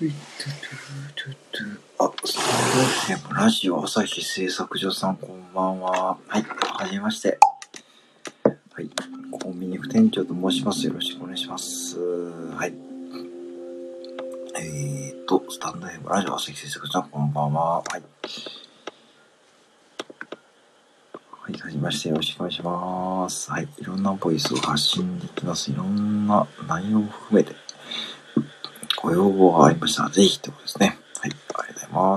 スタンド FM ラジオ朝日製作所さん、こんばんは。はい、はじめまして。はい、コンビニ副店長と申します。よろしくお願いします。はい。スタンド FM ラジオ朝日製作所さん、こんばんは。はい。はい、はじめまして。よろしくお願いします。はい、いろんなボイスを発信できます。いろんな内容を含めてご要望がありましたら、ぜひということですね。はい、ありがとうございます。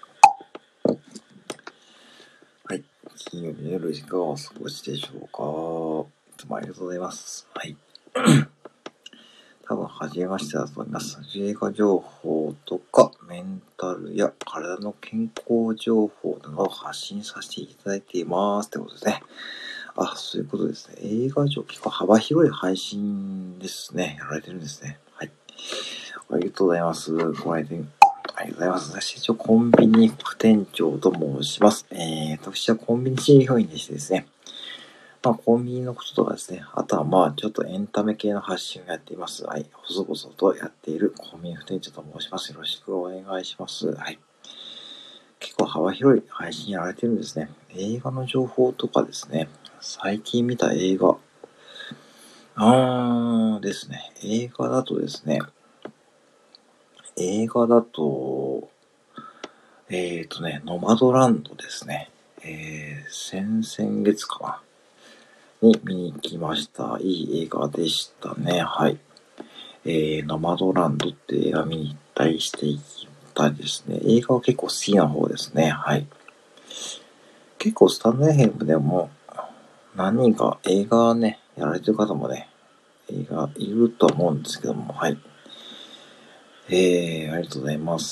はい。金曜日の夜いかがお過ごしでしょうか。いつもありがとうございます。はい。多分、初めましてだと思います。映画情報とか、メンタルや体の健康情報などを発信させていただいています。ってことですね。あ、そういうことですね。映画情報、結構幅広い配信ですね。やられてるんですね。はい。ありがとうございます。ご来店ありがとうございます。私、一応コンビニ副店長と申します。私はコンビニ従業員でしてですね。コンビニのこととかですね。あとはちょっとエンタメ系の発信をやっています。はい。細々とやっているコンビニ副店長と申します。よろしくお願いします。はい。結構幅広い配信やられてるんですね。映画の情報とかですね。最近見た映画。ですね。映画だと、ノマドランドですね。先々月かなに見に行きました。いい映画でしたね。はい。ノマドランドって映画見に行ったりしていたですね。映画は結構好きな方ですね。はい。結構スタンドFMでも何人か映画ね、やられてる方もね、映画いると思うんですけども、はい。ありがとうございます。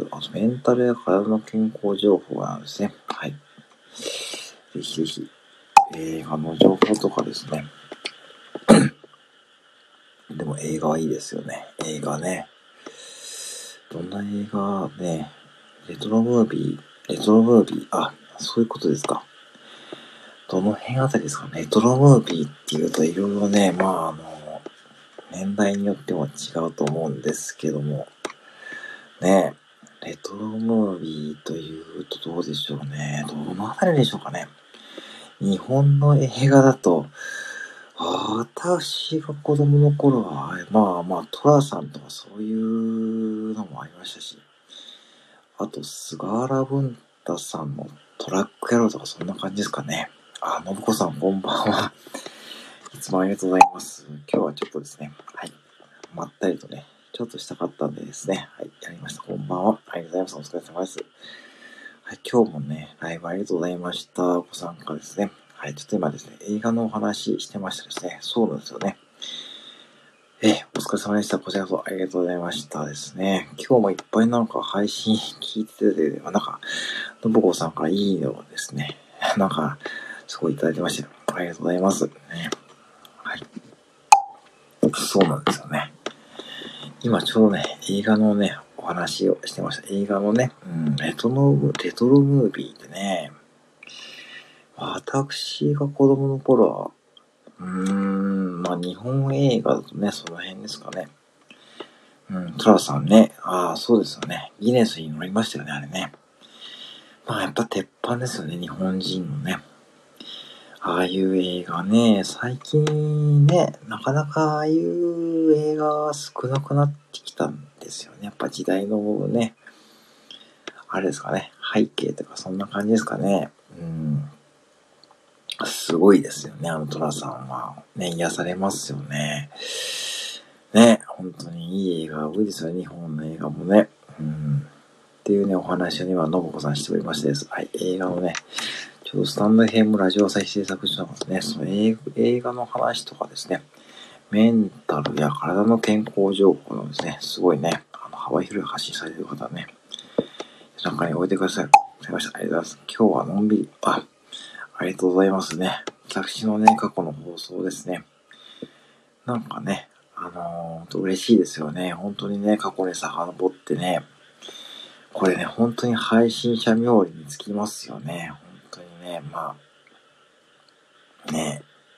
あと、メンタルや体の健康情報なんですね。はい。ぜひぜひ、映画の情報とかですね。でも映画はいいですよね。映画ね。どんな映画ね。レトロムービー。あ、そういうことですか。どの辺あたりですかね。レトロムービーっていうといろいろね、年代によっても違うと思うんですけども。ね。レトロムービーというとどうでしょうね。どのあたりでしょうかね。日本の映画だと、私が子供の頃は、トラさんとかそういうのもありましたし、あと、菅原文太さんのトラック野郎とかそんな感じですかね。信子さんこんばんは。いつもありがとうございます。今日はちょっとですね、はい。まったりとね、ちょっとしたかったんでですね、はい、やりました。こんばんは。ありがとうございます。お疲れ様です。はい、今日もね、ライブありがとうございました。ご参加ですね。はい、ちょっと今ですね、映画のお話してましたですね。そうなんですよね。お疲れ様でした。こちらこそありがとうございましたですね。今日もいっぱい配信聞いてて、信子さんからいいのをですね、すごいいただいてましたよ。ありがとうございます。ね、はい。そうなんですよね。今ちょうどね、映画のね、お話をしてました。映画のね、レトロムービーってね、私が子供の頃は、日本映画だとね、その辺ですかね。トラさんね、そうですよね。ギネスに乗りましたよね、あれね。やっぱ鉄板ですよね、日本人のね。ああいう映画ね、最近ね、なかなかああいう映画少なくなってきたんですよね。やっぱ時代のね、あれですかね、背景とかそんな感じですかね。すごいですよね、トラさんは。ね、癒されますよね。ね、本当にいい映画多いですよね、日本の映画もね。っていうね、お話を今、信子さんしておりましてです。はい、映画のね、ちょうどスタンドFMラジオ再制作所なんですね、その映画の話とかですね、メンタルや体の健康情報のですね、すごいね、幅広い発信されている方はね、中に置いてください。ありがとうございます。今日はのんびり、ありがとうございますね。私のね、過去の放送ですね。嬉しいですよね。本当にね、過去に遡ってね、これね、本当に配信者冥利につきますよね。本当にね、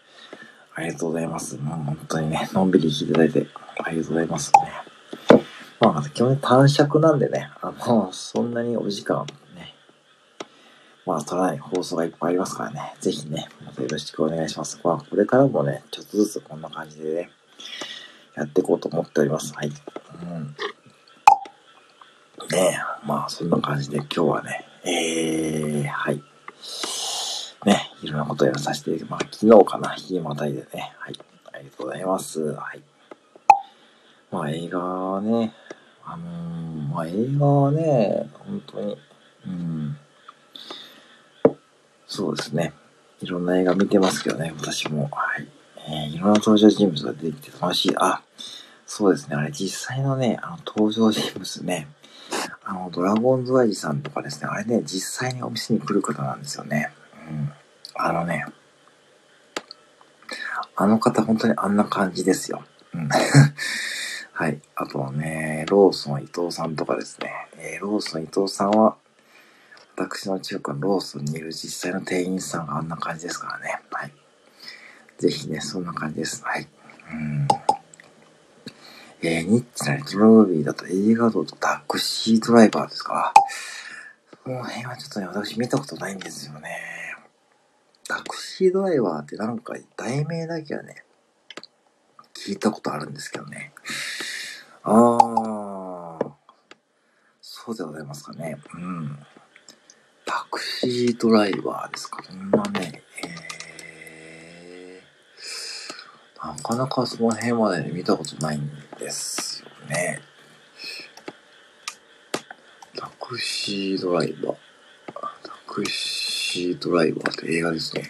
ありがとうございます。もう本当にね、のんびり聞いていただいて、ありがとうございますね。 まあ、基本短尺なんでね、そんなにお時間ね、まあ、取らない放送がいっぱいありますからね、ぜひね、またよろしくお願いします。まあ、これからもね、ちょっとずつこんな感じでね、やっていこうと思っております。はい。ねえ、まあ、そんな感じで今日はね、はい。ね、いろんなことをやらさせて、まあ、昨日かな、日またいでね、はい。ありがとうございます。はい。まあ、映画ね、まあ、映画はね、本当に、そうですね。いろんな映画見てますけどね、私も。はい。いろんな登場人物が出てきて楽しい。あ、そうですね。あれ、実際のね、登場人物ね、ドラゴンズワイジさんとかですね、あれね、実際にお店に来る方なんですよね。あのね、あの方本当にあんな感じですよ。はい。あとはね、ローソン伊藤さんとかですね。ローソン伊藤さんは、私の中華のローソンにいる実際の店員さんがあんな感じですからね。はい。ぜひね、そんな感じです。はい。ニッチなレトロムービーだと映画道とタクシードライバーですか。この辺はちょっとね、私見たことないんですよね。タクシードライバーってなんか題名だけはね、聞いたことあるんですけどね。そうでございますかね。タクシードライバーですか。そんなね、なかなかその辺まで、ね、見たことないんですよね。タクシードライバー。タクシードライバーって映画ですね。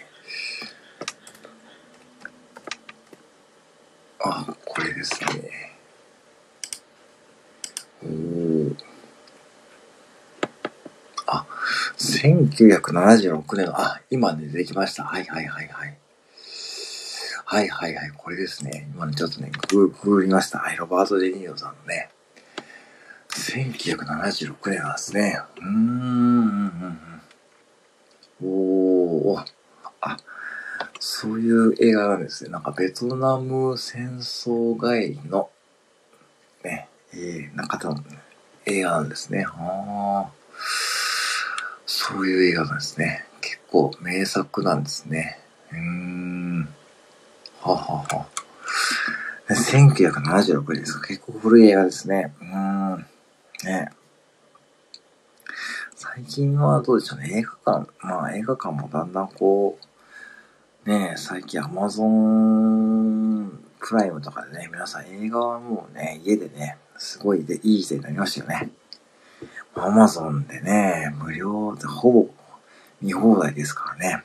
あ、これですね。あ、1976年、あ、今ね、出てきました。はい。これですね。今ね、ちょっとね、ググりました。はい、ロバート・デ・ニーロさんのね、1976年なんですね。あ、そういう映画なんですね。なんかベトナム戦争帰りの、ね、方の映画なんですね。そういう映画なんですね。結構名作なんですね。1976年ですか。結構古い映画ですね。ね。最近はどうでしょうね。映画館もだんだんこう、ね、最近アマゾンプライムとかでね、皆さん映画はもうね、家でね、すごいいい時代になりましたよね。アマゾンでね、無料でほぼ見放題ですからね。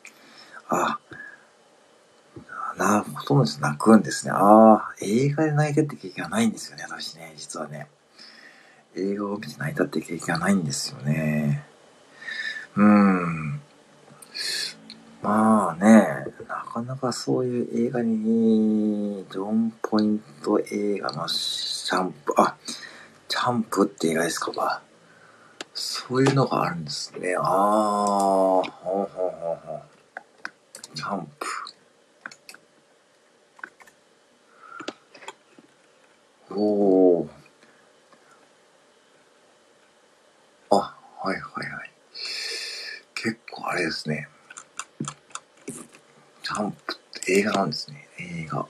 ほとんど泣くんですね。映画で泣いてって経験はないんですよね、私ね、実はね。映画を見て泣いたって経験はないんですよね。まあね、なかなかそういう映画に、ジョンポイント映画のチャンプって映画ですか。そういうのがあるんですね。チャンプ。結構あれですね。チャンプって映画なんですね。映画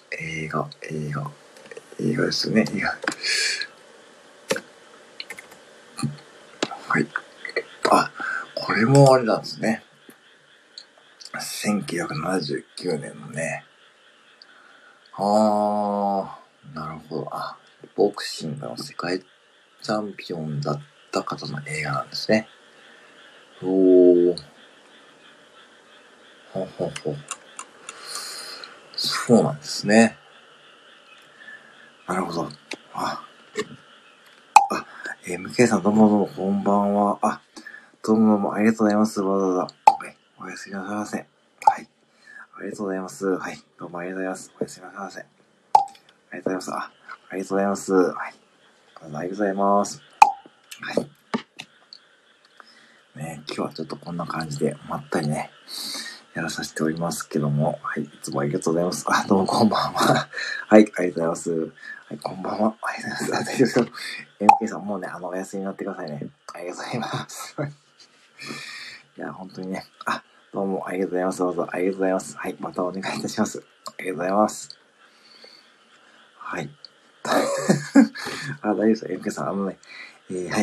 ですよね。はい。これもあれなんですね。1979年のね。なるほど。ボクシングの世界チャンピオンだった方の映画なんですね。そうなんですね。なるほど。MK さんどうもこんばんは。どうもありがとうございます。わざわざ。はい。おやすみなさいませ。はい。ありがとうございます。はい。どうもありがとうございます。おやすみなさいませ。ありがとうございます。ありがとうございます。はい。ありがとうございます。はい。ね、今日はちょっとこんな感じで、まったりね、 やらさせておりますけども、はい、いつもありがとうございます。あ、どうもこんばんは。はい、ありがとうございます。はい、こんばんは。ありがとうございます。大丈夫ですよ。MK さん、もうね、お休みになってくださいね。ありがとうございます。いや、本当にね、どうもありがとうございます。どうぞありがとうございます。はい、またお願いいたします。ありがとうございます。はい。大丈夫ですよ。MK さん、はい、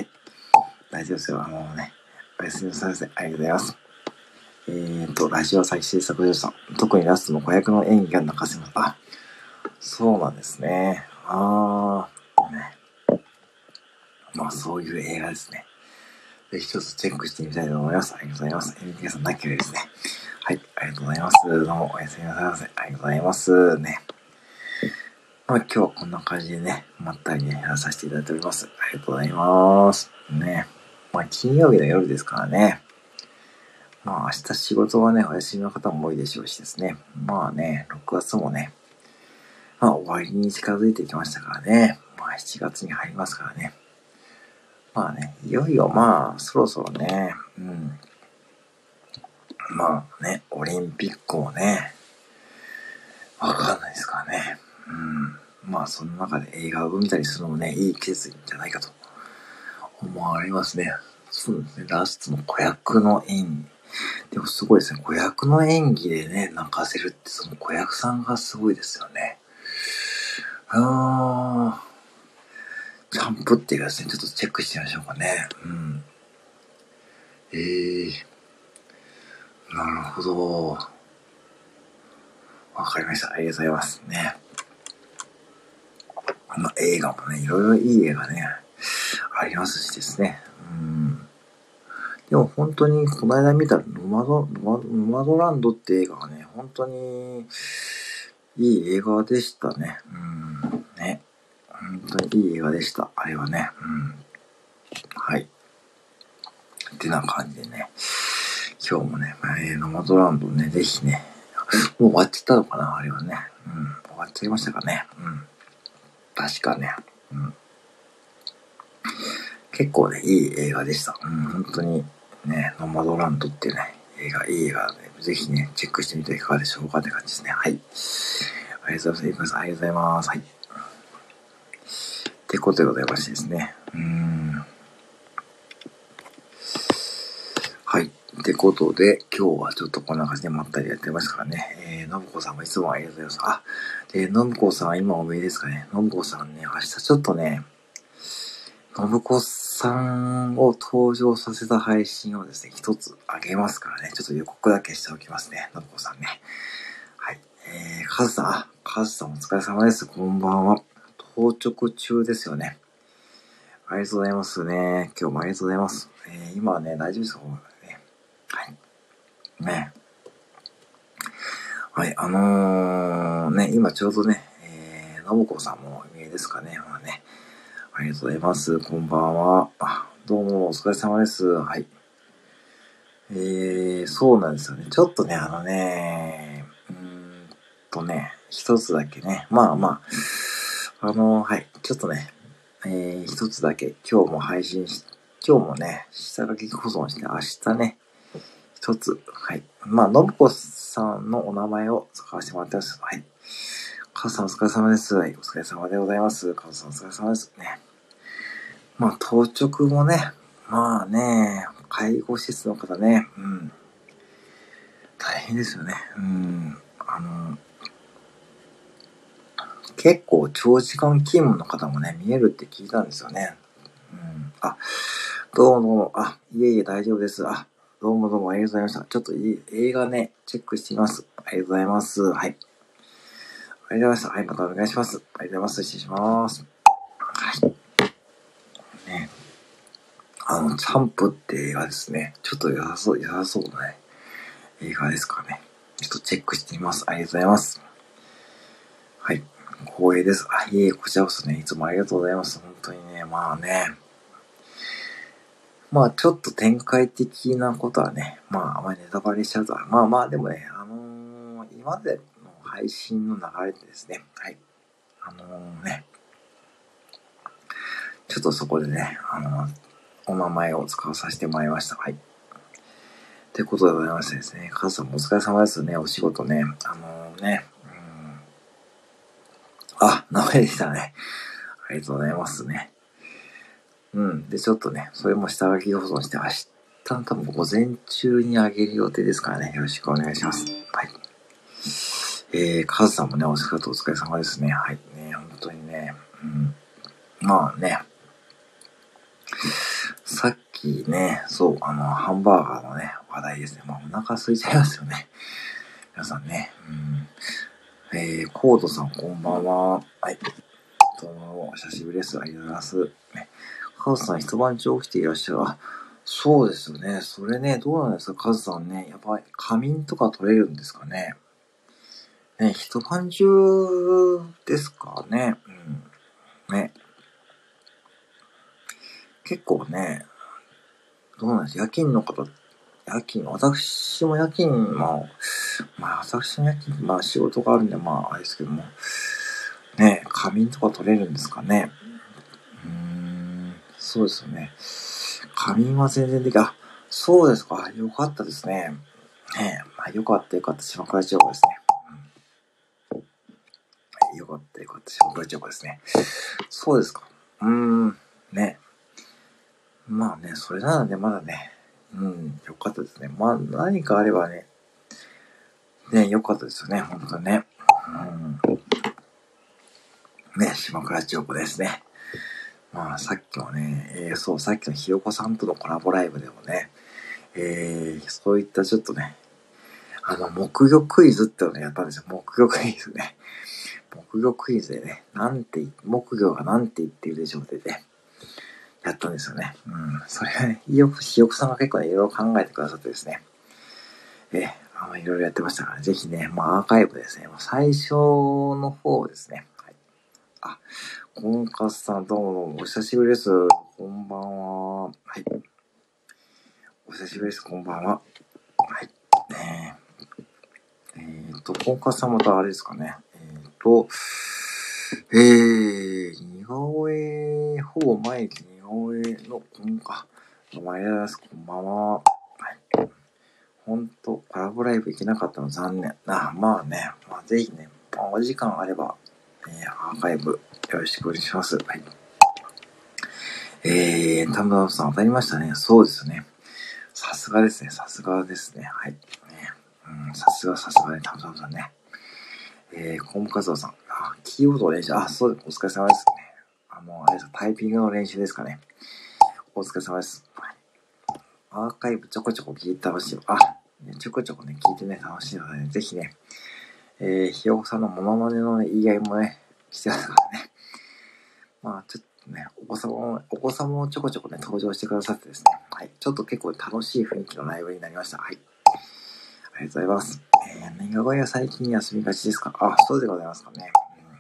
大丈夫ですよ。おやすみなさいませ。ありがとうございます。ラジオ再生作業さん。特にラストの子役の演技が泣かせます。そうなんですね。ね。まあ、そういう映画ですね。ぜひ一つチェックしてみたいと思います。ありがとうございます。MK さん、泣き上ですね。はい、ありがとうございます。どうも、おやすみなさいませ。ありがとうございますね。まあ、今日はこんな感じでね、まったりね、やらさせていただいております。ありがとうございます。ね。まあ、金曜日の夜ですからね。まあ、明日仕事はね、お休みの方も多いでしょうしですね。まあね、6月もね、まあ、終わりに近づいてきましたからね。まあ、7月に入りますからね。まあね、いよいよまあ、そろそろね、まあね、オリンピックもね、わかんないですからね。まあ、その中で映画を見たりするのもね、いい季節じゃないかと思われますね。そうですね、ラストの子役の演技。でもすごいですね、子役の演技でね、泣かせるって、その子役さんがすごいですよね。ジャンプっていうかですね、ちょっとチェックしてみましょうかね。なるほど。わかりました。ありがとうございますね。映画もね、いろいろいい映画ね、ありますしですね。でも本当に、この間見たノマドランドって映画がね、本当にいい映画でしたね。ね。本当にいい映画でした。あれはね。はい。ってな感じでね。今日もね、ノマドランドね、ぜひね、もう終わっちゃったのかな、あれはね。終わっちゃいましたかね。確かね。結構ね、いい映画でした。本当にね、ノマドランドっていうね、いい映画で、ぜひね、チェックしてみてはいかがでしょうかって感じですね。はい。ありがとうございます。ありがとうございます。はい。ってことでございましてですね。はい。ってことで、今日はちょっとこんな感じでまったりやってますからね。のぶこさんもいつもありがとうございます。で、のぶこさん今お見えですかね。のぶこさんね、明日ちょっとね、のぶこさんを登場させた配信をですね、一つあげますからね。ちょっと予告だけしておきますね。のぶこさんね。はい。カズさんお疲れ様です。こんばんは。当直中ですよね。ありがとうございますね。今日もありがとうございます。今はね、大丈夫ですかね。はい。ね。はい、ね、今ちょうどね、のぶこさんもお見えですかね。まあね。ありがとうございます。こんばんは。どうもお疲れ様です。はい。そうなんですよね。ちょっとね、一つだけね。はい。ちょっとね、一つだけ今日もね、下書き保存して明日ね、一つ、はい。のぶこさんのお名前を使わせてもらってます。はい。カズさんお疲れ様です。はい。お疲れ様でございます。カズさんお疲れ様ですね。当直もね、介護施設の方ね、大変ですよね。結構長時間勤務の方もね、見えるって聞いたんですよね。どうも、いえいえ大丈夫です。どうもどうもありがとうございました。ちょっと映画ね、チェックしてみます。ありがとうございます。はい。ありがとうございました。はい、またお願いします。ありがとうございます。失礼します。はい。ね。チャンプって映画ですね。ちょっと良さそうなね、映画ですからね。ちょっとチェックしてみます。ありがとうございます。はい。光栄です。いえいえ、こちらこそね、いつもありがとうございます。本当にね、ちょっと展開的なことはね、あまりネタバレしちゃうと、でもね、今までの配信の流れでですね、はい。ちょっとそこでね、お名前を使わさせてもらいました。はい。っということでございましてですね、カズさんもお疲れ様ですね、お仕事ね。名前でしたね。ありがとうございますね。で、ちょっとね、それも下書き保存して、明日の多分午前中にあげる予定ですからね、よろしくお願いします。はい。カズさんもね、お仕事お疲れ様ですね。はい。ね、本当にね、まあね、さっきね、そう、ハンバーガーのね、話題ですね。まあ、お腹空いちゃいますよね。皆さんね。コードさん、こんばんは。はい。どうも、お久しぶりです。ありがとうございます。ね、カズさん、一晩中起きていらっしゃる。あ、そうですよね。それね、どうなんですか、カズさんね。やっぱり仮眠とか取れるんですかね。ね、一晩中ですかね。ね。結構ね、どうなんですか、私も夜勤も、私も夜勤、仕事があるんで、あれですけども、ね、仮眠とか取れるんですかね。そうですよね。仮眠は全然でき、そうですか。よかったですね。よかった、島倉千代子ですね。よかった、島倉千代子ですね。そうですか。ね。まあね、それならね、まだね、よかったですね。何かあればね、よかったですよね、本当にね。ね、島倉千代子ですね。さっきもね、さっきのひよこさんとのコラボライブでもね、そういったちょっとね、木魚クイズってのをやったんですよ。木魚クイズね。木魚クイズでね、木魚がなんて言っているでしょうってね、やったんですよね。それはね、ひよこさんが結構ね、いろいろ考えてくださってですね、いろいろやってましたから、ぜひね、アーカイブですね、最初の方ですね。はい、コンカスさん、どうも、お久しぶりです。こんばんは。はい。お久しぶりです。こんばんは。はい。コンカスさんまたあれですかね。似顔絵、ほぼ毎日似顔絵のコンカ。どうもありがとうございます。こんばんは。はい。ほんと、コラボライブ行けなかったの残念。ぜひね、お時間あれば、アーカイブよろしくお願いします。はい。タムタムさん当たりましたね。そうですね。さすがですね。さすがですね。はい。さすがね、タムタムさんね。コムカズオさん。キーボード練習。そうです。お疲れ様ですね。あれです。タイピングの練習ですかね。お疲れ様です。はい、アーカイブちょこちょこ聞いて楽しい。ちょこちょこね、聞いてね、楽しいのでね、ぜひね、ひよこさんのモノマネのね、言い合いもね、してますからね。ちょっとね、お子様もちょこちょこね、登場してくださってですね。はい。ちょっと結構楽しい雰囲気のライブになりました。はい。ありがとうございます。似顔絵は最近休みがちですか？そうでございますかね。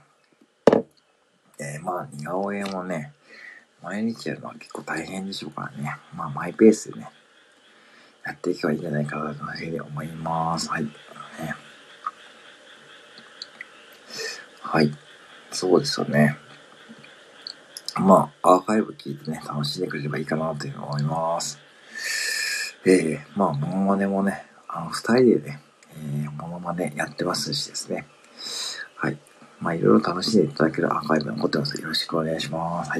似顔絵もね、毎日やるのは結構大変でしょうからね。マイペースでね、やっていけばいいんじゃないかなというふうに思います。はい。はい。そうですよね。アーカイブ聞いてね、楽しんでくれればいいかなというふうに思います。モノマネもね、二人でね、モノマネやってますしですね。はい。いろいろ楽しんでいただけるアーカイブが残ってます。よろしくお願いします。はい。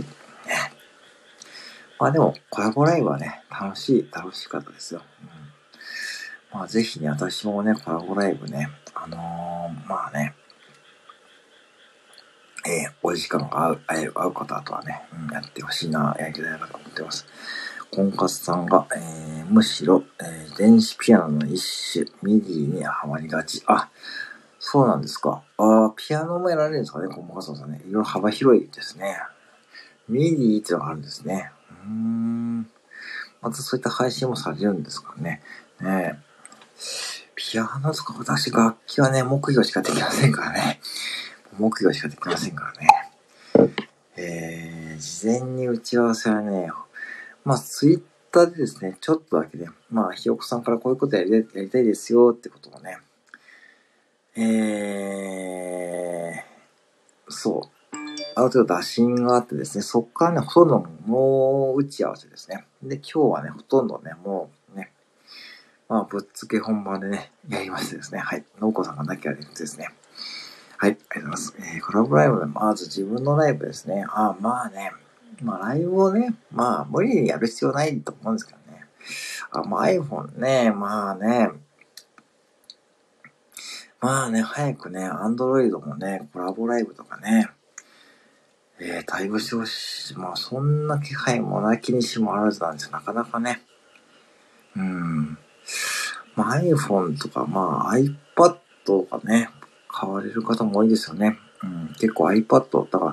でも、コラボライブはね、楽しかったですよ。ぜひね、私もね、コラボライブね、お時間が合う方とはね、やってほしいな、やりたいなと思ってます。コンカスさんが、むしろ、電子ピアノの一種、ミディにハマりがち。そうなんですか。ピアノもやられるんですかね、コンカスさんね。いろいろ幅広いですね。ミディっていうのがあるんですね。またそういった配信もされるんですかね。ピアノとか私楽器はね、木魚しかできませんからね。木魚しかできませんからね。事前に打ち合わせはね、ツイッターでですね、ちょっとだけね、ひよこさんからこういうことやりたいですよってことをね、ある程度打診があってですね、そっからね、ほとんどもう打ち合わせですね。で、今日はね、ほとんどね、もうね、 まあ、ぶっつけ本番でね、やりましてですね。はい。のうこさんがなきゃですね。はい。ありがとうございます。コラボライブで、まず自分のライブですね。まあね。まあ、ライブをね、まあ、無理にやる必要ないと思うんですけどね。まあ、iPhone ね、まあね、早くね、Android もね、コラボライブとかね、対応してほしい。まあ、そんな気配もなきにしもあらずなんですよ。なかなかね。まあ、iPhone とか、まあ、iPad がね、買われる方も多いですよね。結構 iPad、だから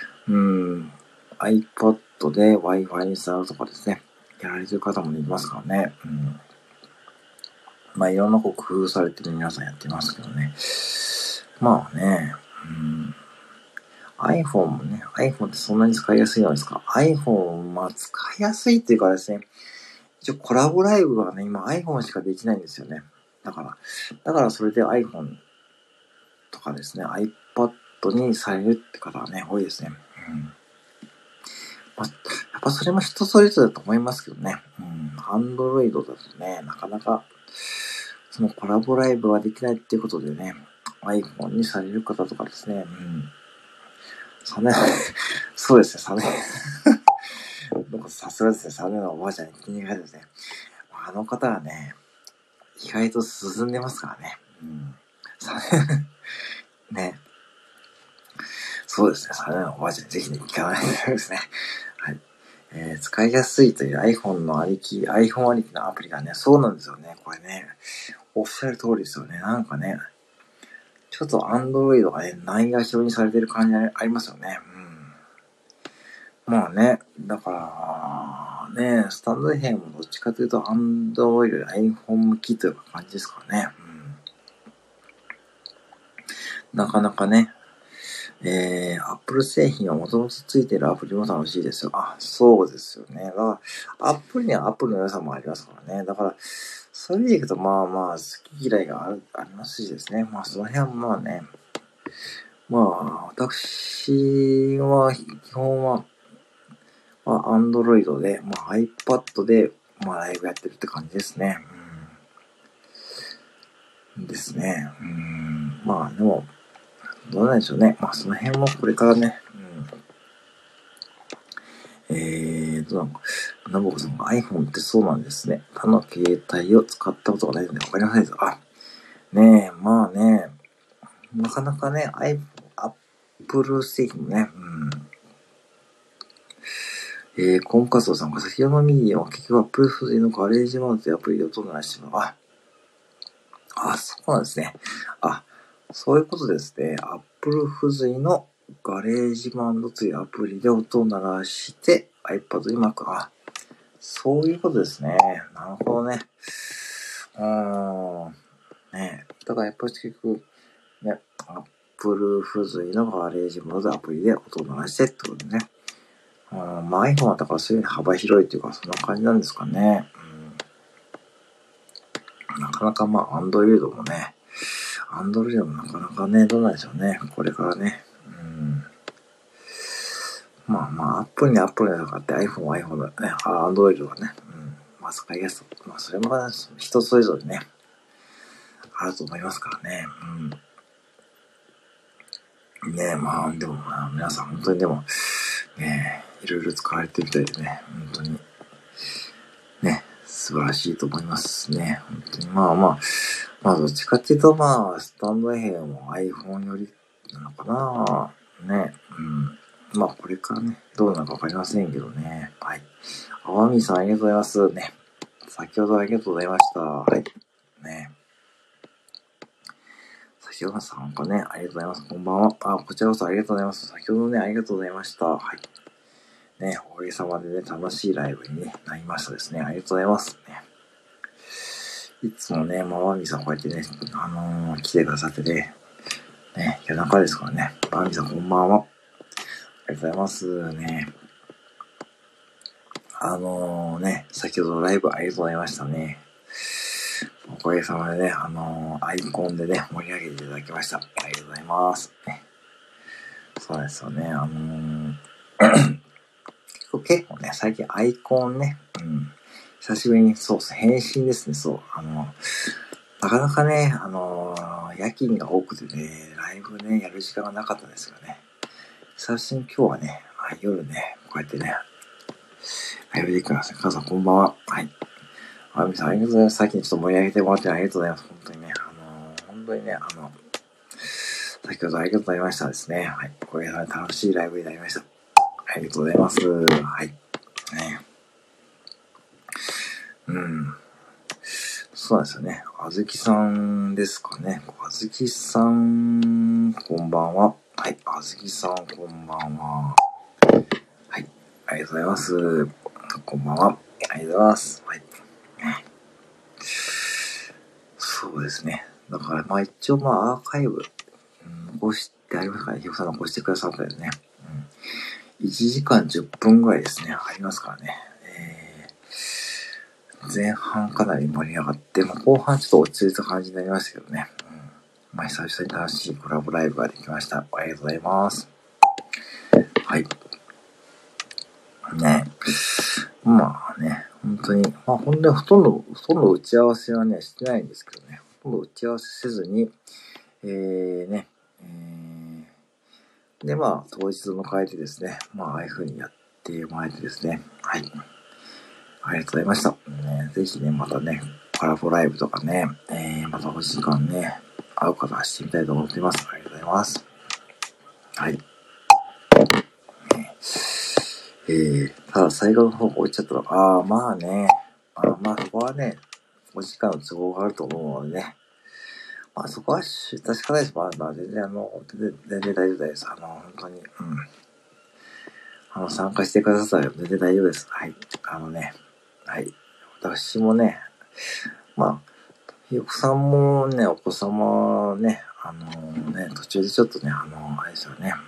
、iPad で Wi-Fi につなぐとかですね、やられてる方もいますからね。まあ、いろんな工夫されてる皆さんやってますけどね。まあね、iPhone もね、iPhone ってそんなに使いやすいのですか？ iPhone、まあ使いやすいっていうかですね、一応コラボライブがね、今 iPhone しかできないんですよね。だからそれで iPhone とかですね、iPad にされるって方はね、多いですね。まあ、やっぱそれも人それぞれだと思いますけどね。Android だとね、なかなか、そのコラボライブができないっていうことでね、iPhone にされる方とかですね、サネ、そうですね、さすがですね、サネのおばあちゃんに気に入られてですね、あの方はね、意外と進んでますからね。ね。そうですね、サネのおばあちゃんにぜひね、聞かないとですね。はい。使いやすいという iPhone ありきのアプリがね、そうなんですよね。これね、おっしゃる通りですよね。なんかね、ちょっと Android がね、ないが表にされてる感じありますよね。まあね、だからね、スタンド FM もどっちかというと Android や iPhone 向きという感じですからね。なかなかね、Apple 製品はもともとついてるアプリも楽しいですよ。そうですよね。だから、Apple には Apple の良さもありますからね。だから、そういう意味でいくと、まあまあ、好き嫌いがありますしですね。まあ、その辺はまあね、まあ、私は、基本は、Android で、iPad で、ライブやってるって感じですね。ですね。まあ、でも、どうなんでしょうね。まあ、その辺もこれからね、ナボコさんが iPhone ってそうなんですね。他の携帯を使ったことがないのでわかりませんです。ねえ、まあね、なかなかね、Apple 製品ね、コンカストさんが先ほどのミディは結局 Apple フズのガレージマウントでアプリで音を鳴らしてしまう。そうなんですね。そういうことですね。Apple フズのガレージマンドというアプリで音を鳴らして iPad に Mac。そういうことですね。なるほどね。だからやっぱり結局、ね、Apple 付随のガレージモードアプリで音を鳴らしてってことでね。iPhone はだからそういうふうに幅広いっていうか、そんな感じなんですかね。なかなかAndroid もね、Android もなかなかね、どうなんでしょうね。これからね。Apple に Apple にかって iPhone は iPhone だね。Android はね。使いやすい。それも人それぞれね、あると思いますからね。でも皆さん本当にでも、いろいろ使われてるみたいでね、本当に、ね、素晴らしいと思いますね。本当にどっちかっていうとスタンド FM も iPhone よりなのかなね、これからね、どうなのかわかりませんけどね。はい。あわみさんありがとうございますね。先ほどありがとうございました。はい。ね。先ほど参加ね、ありがとうございます。こんばんは。こちらこそありがとうございます。先ほどね、ありがとうございました。はい。ね、おかげさまでね、楽しいライブに、ね、なりましたですね。ありがとうございますね。いつもね、ワミさんこうやってね、来てくださってね、夜中ですからね。ワミさんこんばんは。ありがとうございますね。先ほどライブありがとうございましたね。おかげさまでね、アイコンでね、盛り上げていただきました。ありがとうございます。そうですよね、結構ね、最近アイコンね、 久しぶりに、そう、返信ですね、そう。なかなかね、夜勤が多くてね、ライブね、やる時間がなかったんですよね。久しぶりに今日はね、夜ね、こうやってね、ライブできます。母さんこんばんは。はい。皆さんありがとうございます。最近ちょっと盛り上げてもらってありがとうございます。本当にね、本当にね、先ほどありがとうございましたですね。はい。これが楽しいライブになりました。ありがとうございます。はい。ね。そうなんですよね。あずきさんですかね。あずきさん、こんばんは。はい。あずきさん、こんばんは。はい。ありがとうございます。こんばんは。ありがとうございます。はい。そうですね。だから、一応アーカイブ、残してありますからね。ひよさん残してくださったよね。1時間10分ぐらいですね。ありますからね。前半かなり盛り上がって、後半ちょっと落ち着いた感じになりましたけどね。久々に楽しいコラボライブができました。ありがとうございます。はい。ね。本当に、ほとんど打ち合わせはね、してないんですけどね。ほとんど打ち合わせせずに、で、当日を迎えてですね、ああいう風にやってもらえてですね。はい。ありがとうございました。ぜひね、またね、コラボライブとかね、またお時間ね、会う方はしてみたいと思っています。ありがとうございます。はい。ただ最後の方が置いちゃったら、そこはね、お時間の都合があると思うのでね、そこは確かないです。全然大丈夫です。本当に、参加してくださったら全然大丈夫です。はい。はい。私もね、ひよこさんもね、お子様ね、途中でちょっとね、あれですよね、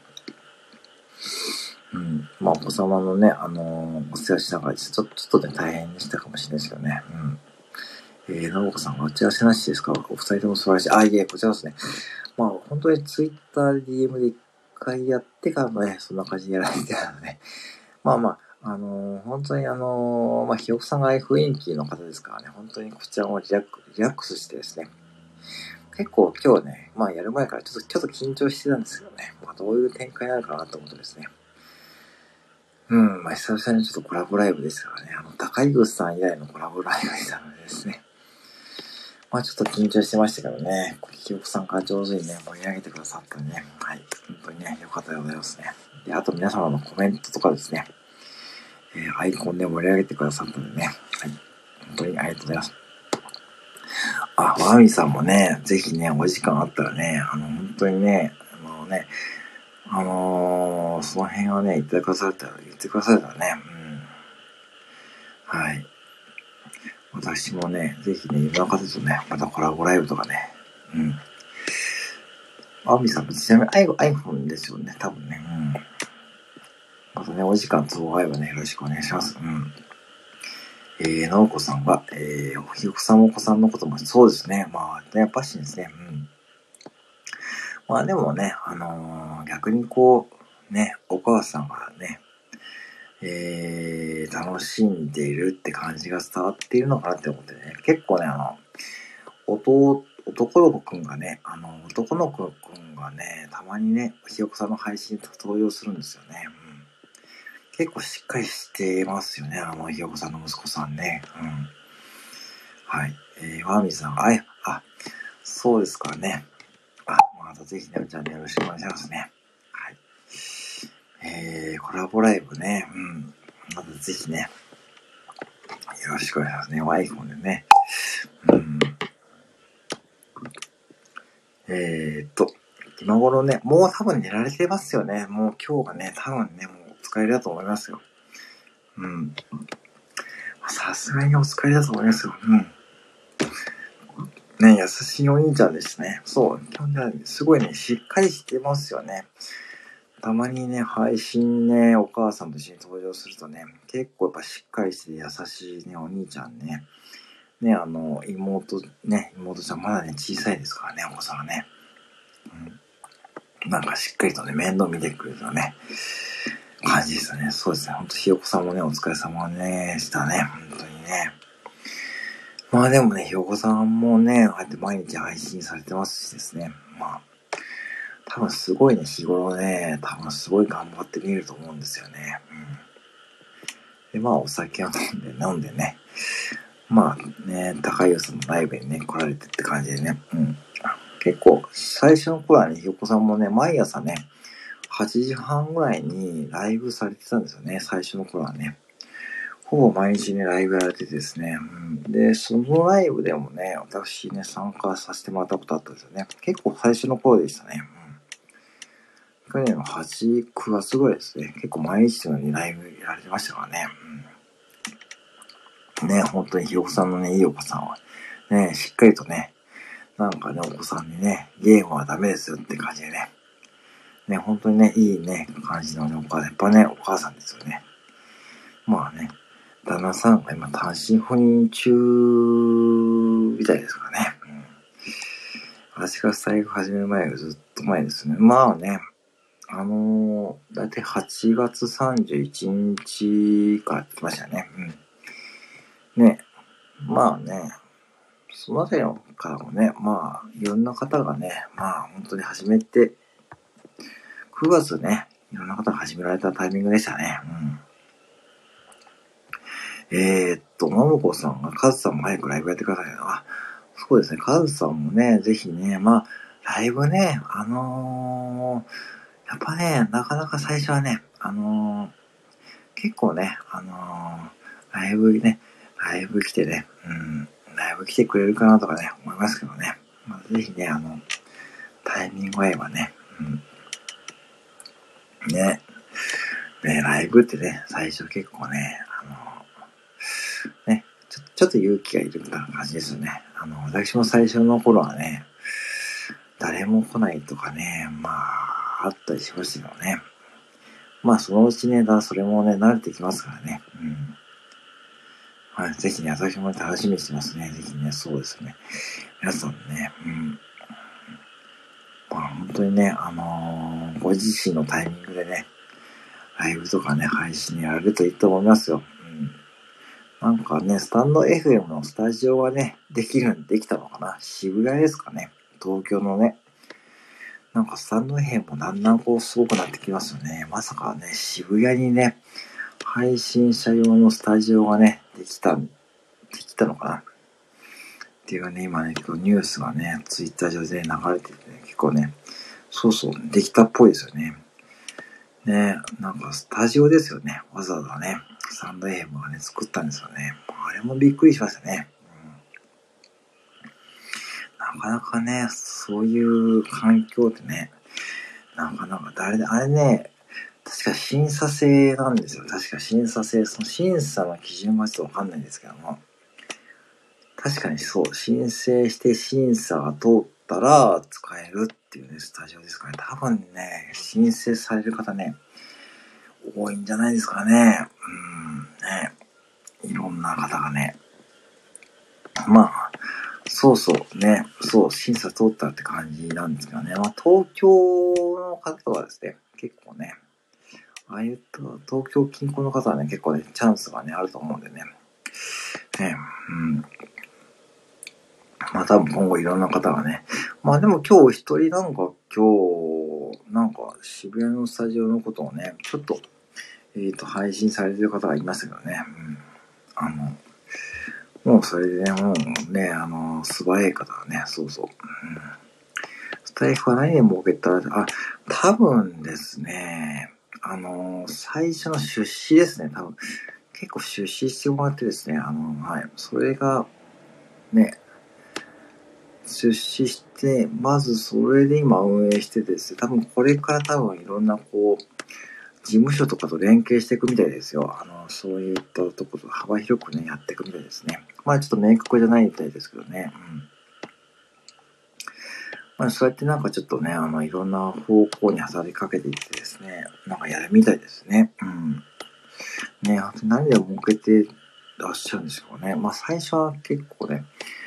お子様のね、お世話しながら、ちょっとね、大変でしたかもしれないですけどね、のぼこさんが打ち合わせなしですか？お二人とも素晴らしい。いえ、こちらですね。本当にツイッターで DM で一回やってからね、そんな感じでやられてたので、本当にひよこさんがああいう雰囲気の方ですからね、本当にこちらもリラックスしてですね、結構今日ね、やる前からちょっと緊張してたんですけどね、どういう展開になるかなと思ってですね、久々にちょっとコラボライブですからね、高井口さん以来のコラボライブでしたのでですね、ちょっと緊張してましたけどね、ひよこさんが上手にね、盛り上げてくださったんでね、はい、本当にね、良かったでございますね。で、あと皆様のコメントとかですね、アイコンで盛り上げてくださったんでね、はい、本当にありがとうございます。ワミさんもね、ぜひね、お時間あったらね、本当にね、その辺をね、言ってくださったらね、はい。私もね、ぜひね、いろんな方とね、またコラボライブとかね、ワミさんもちなみに iPhone ですよね、多分ね、またね、お時間都合合えばね、よろしくお願いします。のうこさんが、ひよこさんもお子さんのこともそうですね。やっぱしですね。でもね、逆にこう、ね、お母さんがね、楽しんでいるって感じが伝わっているのかなって思ってね、結構ね、男の子くんがね、たまにね、ひよこさんの配信と登場するんですよね。結構しっかりしてますよね、ひよこさんの息子さんね。はい。ワーミーさんが、そうですからね。またぜひね、じゃあね、よろしくお願いしますね。はい。コラボライブね、またぜひね、よろしくお願いしますね。iPhone でね。今頃ね、もう多分寝られてますよね。もう今日がね、多分ね、もうお疲れだと思いますよ。さすがにお疲れだと思いますよ。ね、優しいお兄ちゃんですね。そう、基本的にすごいね、しっかりしてますよね。たまにね、配信ね、お母さんと一緒に登場するとね、結構やっぱしっかりして優しいね、お兄ちゃんね。ね、妹ちゃんまだね、小さいですからね、お子さんはね。なんかしっかりとね、面倒見てくれるよね、感じですよね。そうですね、ほんとひよこさんもね、お疲れ様ね、したね。本当にね。まあでもね、ひよこさんもね、こうやって毎日配信されてますしですね。まあ、多分すごいね、日頃ね、多分すごい頑張ってみると思うんですよね。で、まあお酒を飲んでね。まあね、高い予算のライブにね、来られてって感じでね。結構、最初の頃はね、ひよこさんもね、毎朝ね、8時半ぐらいにライブされてたんですよね、最初の頃はね。ほぼ毎日ね、ライブやられててですね。で、そのライブでもね、私ね、参加させてもらったことあったんですよね。結構最初の頃でしたね。去年の8、9月ぐらいですね。結構毎日のようにライブやられてましたからね。ね、本当にひよこさんのね、いいお子さんは、ね、しっかりとね、なんかね、お子さんにね、ゲームはダメですよって感じでね。ね、本当にね、いいね、感じのね、お母さん、やっぱね、お母さんですよね。まあね、旦那さんが今単身赴任中みたいですからね。私がスタイフ始める前がずっと前ですね。まあね、だいたい8月31日から来ましたね。ね、まあね、そのあたりからもね、まあ、いろんな方がね、まあ、本当に始めて、9月ね、いろんな方が始められたタイミングでしたね。ももこさんが、カズさんも早くライブやってくださいね。あ、そうですね、カズさんもね、ぜひね、まあ、ライブね、やっぱね、なかなか最初はね、結構ね、ライブ来てね、ライブ来てくれるかなとかね、思いますけどね。まあ、ぜひね、タイミング合えばね、ね、ライブってね、最初結構ね、ちょっと勇気がいるみたいな感じですよね。私も最初の頃はね、誰も来ないとかね、まあ、あったりしましたけどね。まあ、そのうちね、それもね、慣れてきますからね。はい、ぜひね、私も楽しみにしてますね。ぜひね、そうですね。皆さんね、まあ、本当にね、ご自身のタイミングでね、ライブとかね、配信やられるといいと思いますよ。なんかね、スタンド FM のスタジオがね、できたのかな。渋谷ですかね。東京のね。なんかスタンド FM もだんだんこうすごくなってきますよね。まさかね、渋谷にね、配信者用のスタジオがね、できたのかな。っていうね、今ね、結構ニュースがね、ツイッター上で流れててね、結構ね、そう、できたっぽいですよね。ね、なんかスタジオですよね。わざわざね、スタンド FM がね、作ったんですよね。あれもびっくりしましたね。なかなかね、そういう環境ってね、なかなかあれね、確か審査制なんですよ。確か審査制。その審査の基準はちょっとわかんないんですけども、確かにそう、申請して審査が通ったら使えるっていうね、スタジオですかね。多分ね、申請される方ね、多いんじゃないですかね。ね。いろんな方がね。まあ、ね。審査通ったって感じなんですけどね。まあ、東京の方はですね、結構ね、ああいった東京近郊の方はね、結構ね、チャンスがね、あると思うんでね。まあ多分今後いろんな方がね。まあでも今日一人なんか渋谷のスタジオのことをね、ちょっと、配信されてる方がいますけどね。もうそれでね、もうね、素早い方はね、スタイフは何で儲けたら、多分ですね、最初の出資ですね、多分。結構出資してもらってですね、それが、ね、出資して、まずそれで今運営してですね、多分これからいろんなこう、事務所とかと連携していくみたいですよ。そういったところ幅広くね、やっていくみたいですね。まあちょっと明確じゃないみたいですけどね。まあそうやってなんかちょっとね、いろんな方向に働きかけていってですね、なんかやるみたいですね。ね、何で儲けてらっしゃるんですかね。まあ最初は結構ね、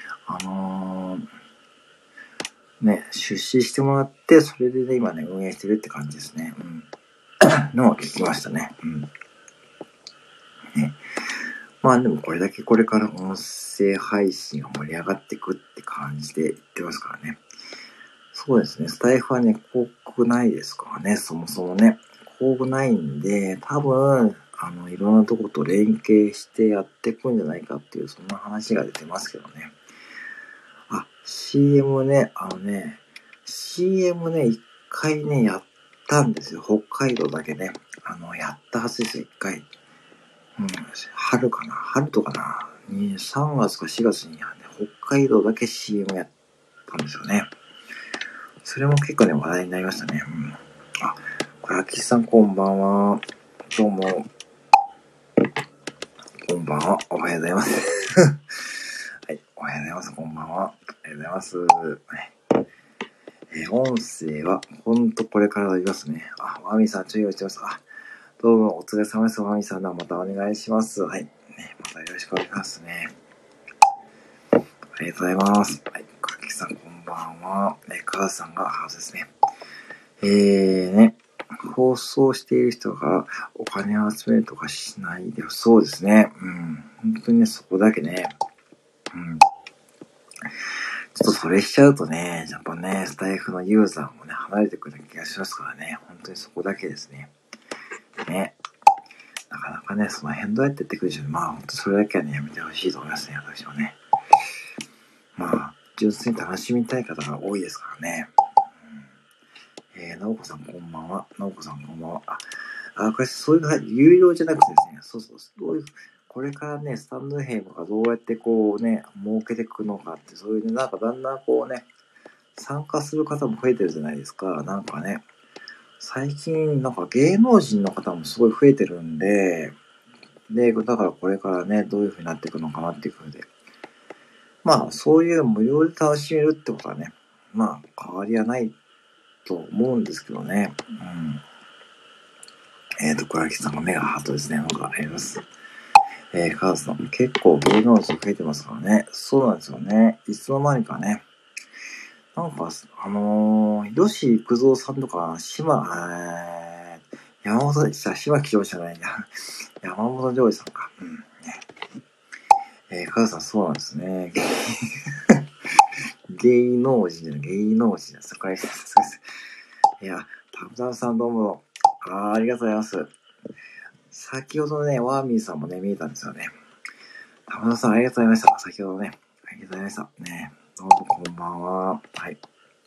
出資してもらって、それでね、今ね、運営してるって感じですね。のを聞きましたね。ね。 まあでもこれだけこれから音声配信が盛り上がっていくって感じで言ってますからね。そうですね。スタイフはね、広告ないですからね、そもそもね。広告ないんで、多分、いろんなとこと連携してやっていくんじゃないかっていう、そんな話が出てますけどね。CM ね、CM ね、一回ね、やったんですよ。北海道だけね。やったはずですよ、一回。春かな春とかな3月か4月に、ね、北海道だけ CM やったんですよね。それも結構ね、話題になりましたね。これ、秋さんこんばんは。どうも。こんばんは。おはようございます。はい、おはようございます。こんばんは。おはようございます。音声は、ほんとこれからなりますね。ワミさん、注意をしてます。どうも、お疲れ様です。ワミさん、またお願いします。はい。またよろしくお願いしますね。ありがとうございます。はい。かきさん、こんばんは。母さんがハウスですね。放送している人がお金を集めるとかしないで、そうですね。本当にね、そこだけね。ちょっとそれしちゃうとね、やっぱね、スタイフのユーザーもね、離れてくる気がしますからね。本当にそこだけですね。なかなかね、その辺どうやってやってくるでしょうね。本当それだけはね、やめてほしいと思いますね、私はね。純粋に楽しみたい方が多いですからね。なおこさんこんばんは。なおこさんこんばんは。これそういう有料じゃなくてですね、どういう、これからね、スタンドFMがどうやってこうね、儲けていくのかって、そういうね、なんかだんだんこうね、参加する方も増えてるじゃないですか。なんかね、最近なんか芸能人の方もすごい増えてるんで、だからこれからね、どういう風になっていくのかなっていう風で。そういう無料で楽しめるってことはね、変わりはないと思うんですけどね。倉木さんがメガハートですね。あります。カーズさん、結構芸能人増えてますからね。そうなんですよね。いつの間にかね。なんか、吉幾三さんとか、山本でした。島木ジョージじゃないや。山本ジョージさんか。カズさん、そうなんですね。芸能人じゃない、芸能人です。これ、いや、タムタムさんどうも、ありがとうございます。先ほどね、ワーミーさんもね、見えたんですよね。タムタムさん、ありがとうございました。先ほどね、ありがとうございました。ね、どうもこんばんは。はい。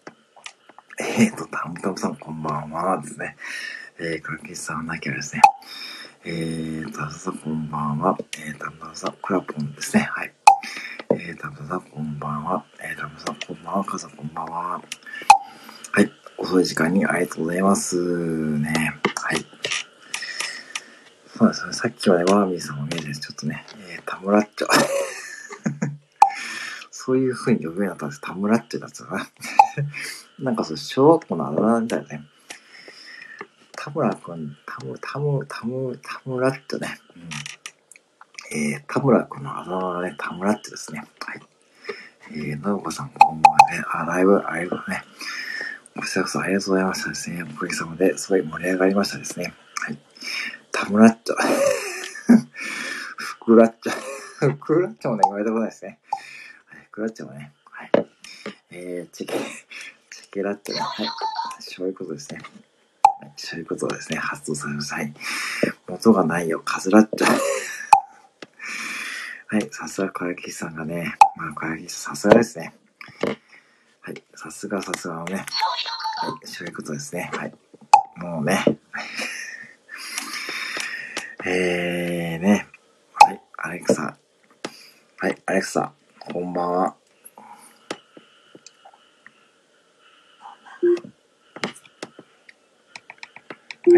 タムタムさん、こんばんは。ですね。かけさんなきゃですね。タムさん、こんばんは。タムさん、クラポンですね。はい。タムさん、こんばんは。タムさん、こんばんは。カさん、こんばんは。はい。遅い時間にありがとうございますね。はい。そうですね。さっきはね、ワーミーさんも見えて、ちょっとね、タムラッチョ。そういう風に呼ぶようになったんです。タムラッチョだったな。なんかそう、小学校のあだ名みたいなね。田村くん、タムラッチョね。田村くんのあだ名はね、タムラッチョですね。はい。のぶこさん、こんばんはね。ライブね。こちらこそありがとうございましたですね。おかげさまですごい盛り上がりましたですね。はい。タムラッチョ。フクラッチョ。フクラッチョもね、言われたことないですね。フクラッチョもね。はい。チケラッチョね。はい。そういうことですね。そういうことですね。発動されました。はい。元がないよ。カズラッチョ。はい。さすが、小焼さんがね。小焼さん、さすがですね。はい。さすがのね。はい。そういうことですね。はい。もうね。ね。はい。アレクサ。はい。アレクサ。こんばんは。はい。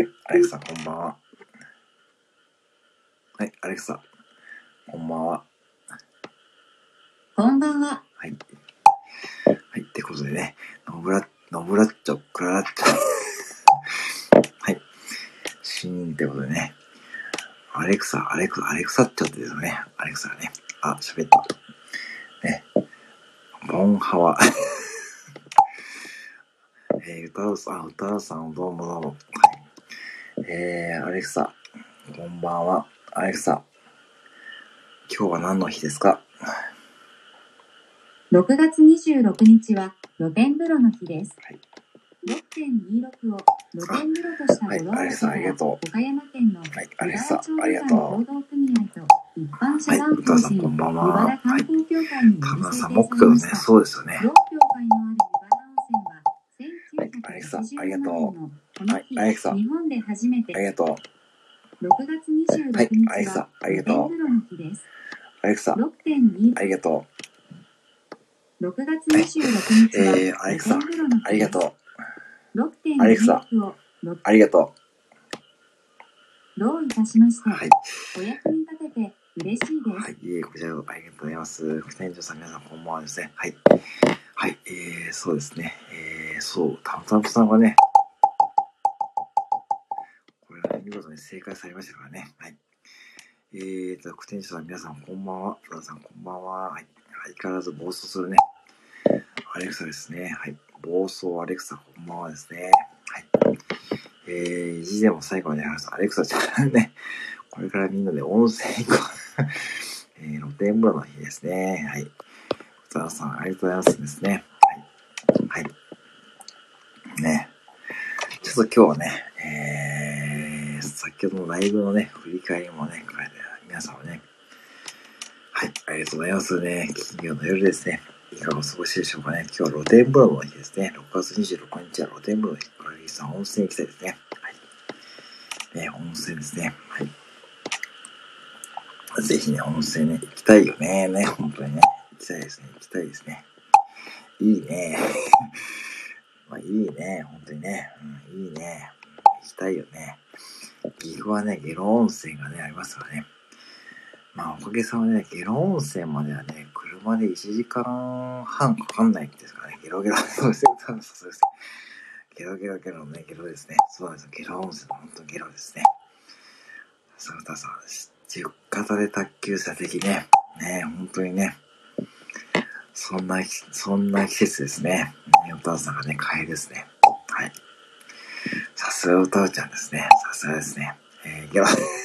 アレクサ、こんばんは。はい。アレクサ。こんばんは。 こんばんは。 はい。はい。ってことでね。ノブラッチョ、クララッチョ。はい。シーンってことでね。アレクサッチョってですね。アレクサがね。喋った。ね。ボンハワ。歌うさん、どうもどうも。はい。アレクサ、こんばんは。アレクサ。 今日は何の日ですか？ 6月26日は露天風呂の日です。 はい、 6.26 を露天風呂とした語呂合わせから岡山県の湯原町旅館協同組合と一般社団法人湯原観光協会により制定されました。同票会のある湯原温泉は1987年のこの日、日本で初めて6月26日は露天風呂の日です。6.2 ありがとう。 6月26日は露天風呂の日です。 ありがとう。 6.26をありがとう。どういたしまして、 はい、 お役に立てて嬉しいです。 はい、こちらありがとうございます。副店長さん、皆さんこんばんはですね。はい。はい、そうですね。そう、タムタムさんはね、これは見事に正解されましたからね。はい。副店長さん、皆さんこんばんは。プラさんこんばんは。はい。相変わらず暴走するね。アレクサですね。はい。暴走アレクサこんばんはですね。はい。意地でも最後まで話す。アレクサちゃんね。これからみんなで温泉行こう。露天風呂の日ですね。はい。小沢さん、ありがとうございますですね。はい。はい。ね。ちょっと今日はね、先ほどのライブのね、振り返りもね、書いて皆さんはね、はい、ありがとうございますね。金曜の夜ですね。いかがお過ごしでしょうかね。今日は露天風呂の日ですね。6月26日は露天風呂の日。これさん温泉行きたいですね。はい。ね、温泉ですね。はい。ぜひね、温泉ね、行きたいよね。ね、本当にね。行きたいですね。行きたいですね。いいね。まあいいね。本当にね。うん、いいね。行きたいよね。岐阜はね、下呂温泉がね、ありますからね。まあおかげさまでね、下呂温泉まではね、車で1時間半かかんないんですからね。ゲロゲロ、そうですね。ゲロゲロゲロのね、ゲロですね。そうなんですよ。下呂温泉の本当にゲロですね。さあ、さん、10型で卓球者的ね。ね、本当にね。そんな季節ですね。お父さんがね、カエルですね。はい。さすがお父ちゃんですね。さすがですね。ゲロ。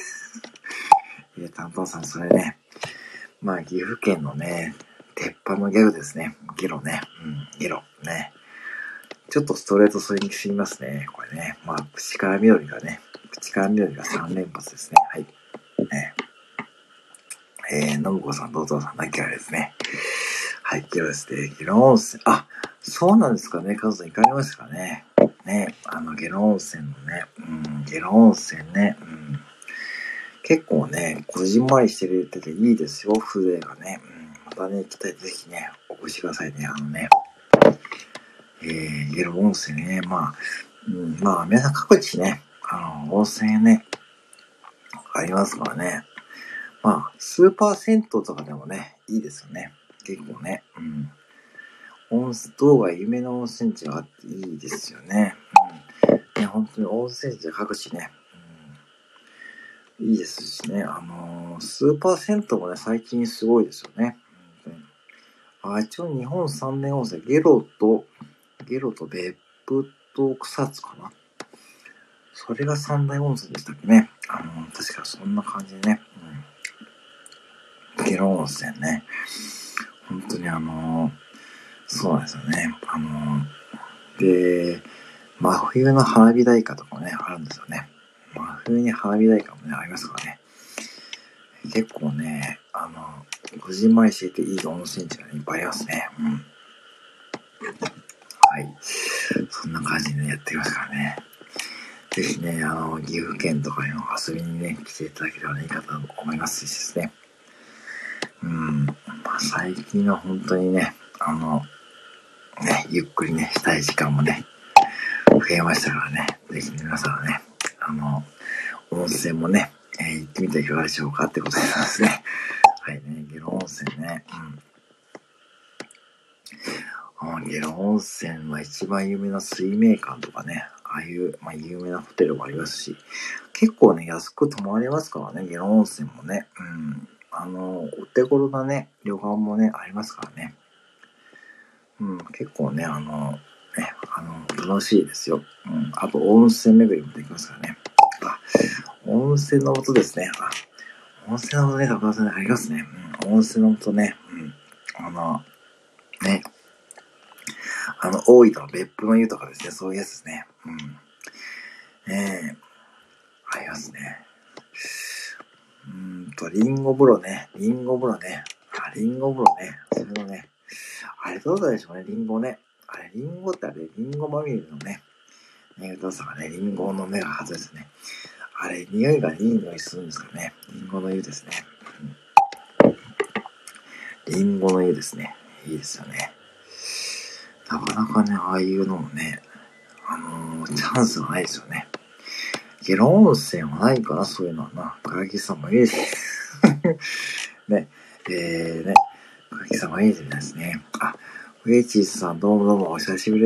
担当さん、それね。まあ、岐阜県のね、鉄板のギャグですね。ゲロね。ゲロ。ね。ちょっとストレートすぎますね。これね。まあ、口から緑が3連発ですね。はい。ね。信子さん、道東さん、なきゃですね。はい、ゲロですね。ゲロ温泉。あ、そうなんですかね。カズさん行かれましたかね。ね、ゲロ温泉のね。ゲロ温泉ね。結構ね、こじんまりしてるってていいですよ、風情がね。またね、行きたい。ぜひね、お越しくださいね。ゲロ温泉ね。まあ、皆さん各地ね、温泉ね、ありますからね。まあ、スーパー銭湯とかでもね、いいですよね。結構ね。道外有名な温泉地があっていいですよね。ね、本当に温泉地各地ね。いいですしね。スーパー銭湯もね、最近すごいですよね。一応日本三大温泉、ゲロと別府と草津かな。それが三大温泉でしたっけね。確かそんな感じでね。ゲロ温泉ね。本当にそうなんですよね。で、真冬の花火大会とかもね、あるんですよね。真冬に花火大会もね、ありますからね。結構ね、こじんまりしていていい温泉地が、ね、いっぱいありますね。はい。そんな感じで、ね、やってきますからね。ぜひね、岐阜県とかにも遊びにね、来ていただければいいかと思いますしですね。まあ、最近は本当にね、ゆっくりね、したい時間もね、増えましたからね。ぜひ皆さんはね、温泉もね、行ってみてはいかがでしょうかってことですね。はいね、ゲロ温泉ね。ゲロ温泉は一番有名な水明館とかね、ああいう、まあ、有名なホテルもありますし、結構ね、安く泊まれますからね、ゲロ温泉もね。お手頃なね、旅館もね、ありますからね。結構ね、楽しいですよ。あと温泉巡りもできますからね。温泉の音ですね。 温泉の素ね、高田さんありますね。温泉の素ね。ね。大分の別府の湯とかですね、そういうやつですね。ありますね。リンゴ風呂ね。リンゴ風呂ね。それのね。あれどうだでしょうね、リンゴね。あれ、リンゴってリンゴまみれのね。お父さんがね、リンゴの芽が外れですね。あれ、匂いがいい匂いするんですかね。リンゴの湯ですね。リンゴの湯ですね。いいですよね。なかなかね、ああいうのもね、チャンスがないですよね。ゲロ温泉はないかな、そういうのはな。かきさんもいいです。ね。かきさんもいいですね。ウェイチーさん、どうもお久しぶりです。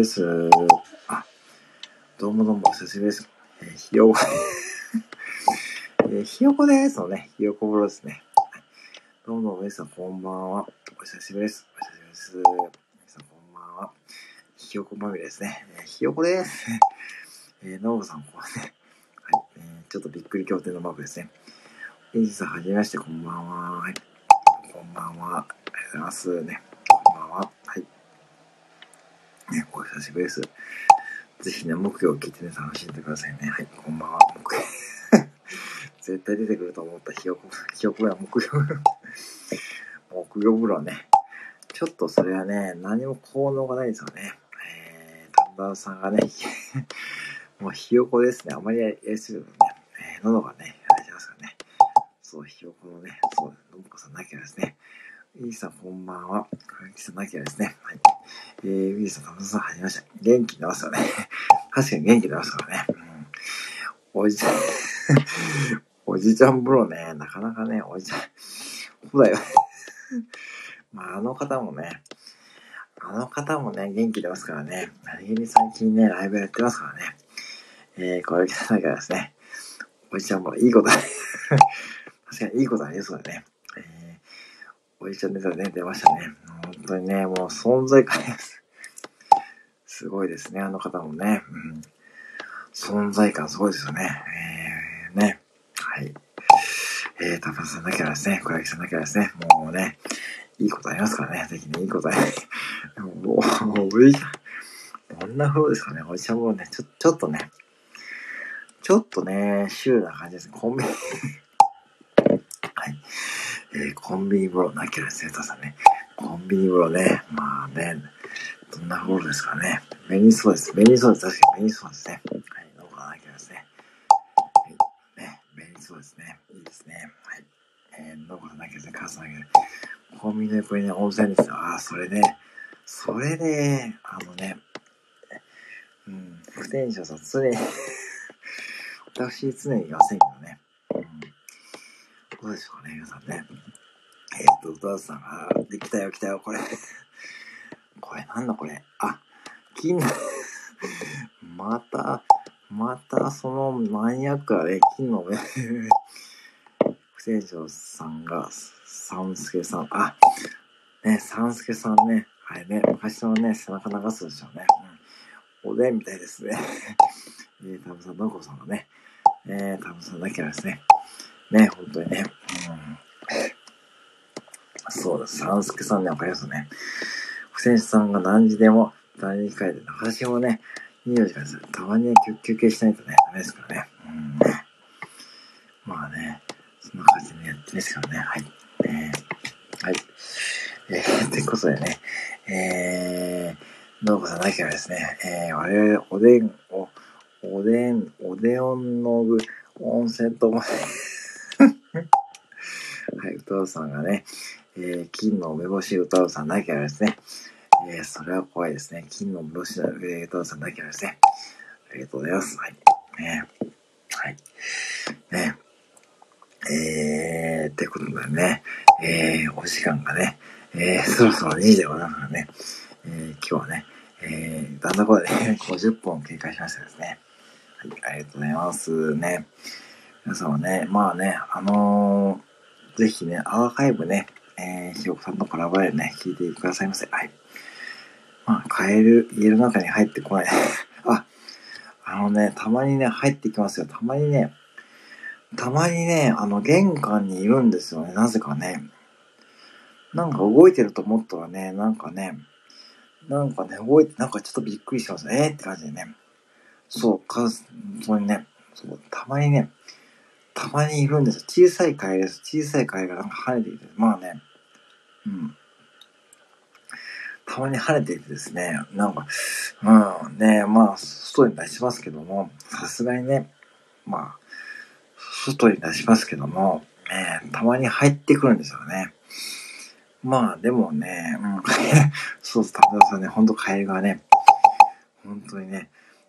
どうもお久しぶりです。ひよこ、ひよこですのね。ひよこ風呂ですね。どうも、皆さんこんばんは。お久しぶりです。皆さんこんばんは。ひよこまみれですね。ひよこです。のぶさん、こうね。はい。ちょっとびっくり仰天のマークですね。エイジさん、はじめまして、こんばんは。はい。こんばんは。ありがとうございますね。こんばんは。はい。ね、お久しぶりです。ぜひね、木曜を聞いてね、楽しんでくださいね。はい、こんばんは。木曜。絶対出てくると思ったひよこが木曜。木曜風呂ね。ちょっとそれはね、何も効能がないですよね。丹田さんがね、もうひよこですね。あまりやりすぎるとね、喉がね、やられちゃいますからね。そう、ひよこのね、そう、のぶこさんなきゃですね。ウィーさんこんばんは。かきさんなきゃですね。はい。ウィーさん、丹田さん、はじめまして。元気出ますよね。確かに元気出ますからね。おじちゃん、おじちゃん風呂ね、なかなかね、おじちゃん、そうだよ。あの方もね、元気出ますからね。何気に最近ね、ライブやってますからね。これ来たからですね。おじちゃんもいいこと確かにいいことありそうだね。おじちゃんネタね、出ましたね。本当にね、もう存在感です。すごいですね、あの方もね。存在感すごいですよね。ね。はい。タパさんだけはですね、小焼さんだけはですね、もうね、いいことありますからね。ぜひね、いいことあります。もう、おじちゃん、どんな風ですかね。おじちゃんもね、ちょっとね、シュールな感じですね。コンビニ。はい。コンビニ風呂なきゃですね、タさんね。コンビニ風呂ね。まあね、どんな風呂ですかね。便利そうです。確かに便利そうですね。はい。どうかなきゃですね。はい。ね、便利そうですね。いいですね。はい。どうかなきゃですね。母さんだけで。コンビニの横にね、温泉ですよ。それね、不天所さん、私常にいませんけどね。どうでしょうかね、皆さんね。歌田さんが、できたよ、これ。これなんだこれ。金の、またそのマニアックなね、金のね、不天所さんが、三助さん、三助さんね、あれね、昔のね、背中流すでしょうね。おでんみたいですね。タムさん、のこさんがね、タムさんだけはですね、ね、本当にね、そうです、三助さんね、わかりますね。不戦士さんが何時でも誰に控えて、私もね、24時間です。たまにね、休憩しないとね、ダメですからね。まあね、そんな感じでやってですからね、はい。はい。ということでね、のうこさんだけはですね、我々おでんの具温泉ともはい、歌うさんがね、金の梅干し歌うさんだけはですね、それは怖いですね。金の梅干し歌うさんだけはですね、ありがとうございます。はい。はい。ってことでね、お時間がね、そろそろ2時でございますからね、今日はね、だんだんこれで、ね、50本経過しましたですね。はい、ありがとうございますね。皆さんはね、まあね、ぜひね、アーカイブね、ひよこさんのコラボでね、聞いてくださいませ。はい。まあ、家の中に入ってこない。たまにね、入ってきますよ。たまにね、 たまにね、玄関にいるんですよね、なぜかね。なんか動いてると思ったらね、動いて、なんかちょっとびっくりしますね。って感じでね。そう、本当にね、そう、たまにいるんですよ。小さいカエルです。小さいカエルがなんか跳ねていて、まあね、たまに跳ねていてですね、まあ、外に出しますけども、さすがにね、まあ、外に出しますけども、たまに入ってくるんですよね。まあ、でもね、そうです、田村さんね、ほんとカエルがね、本当に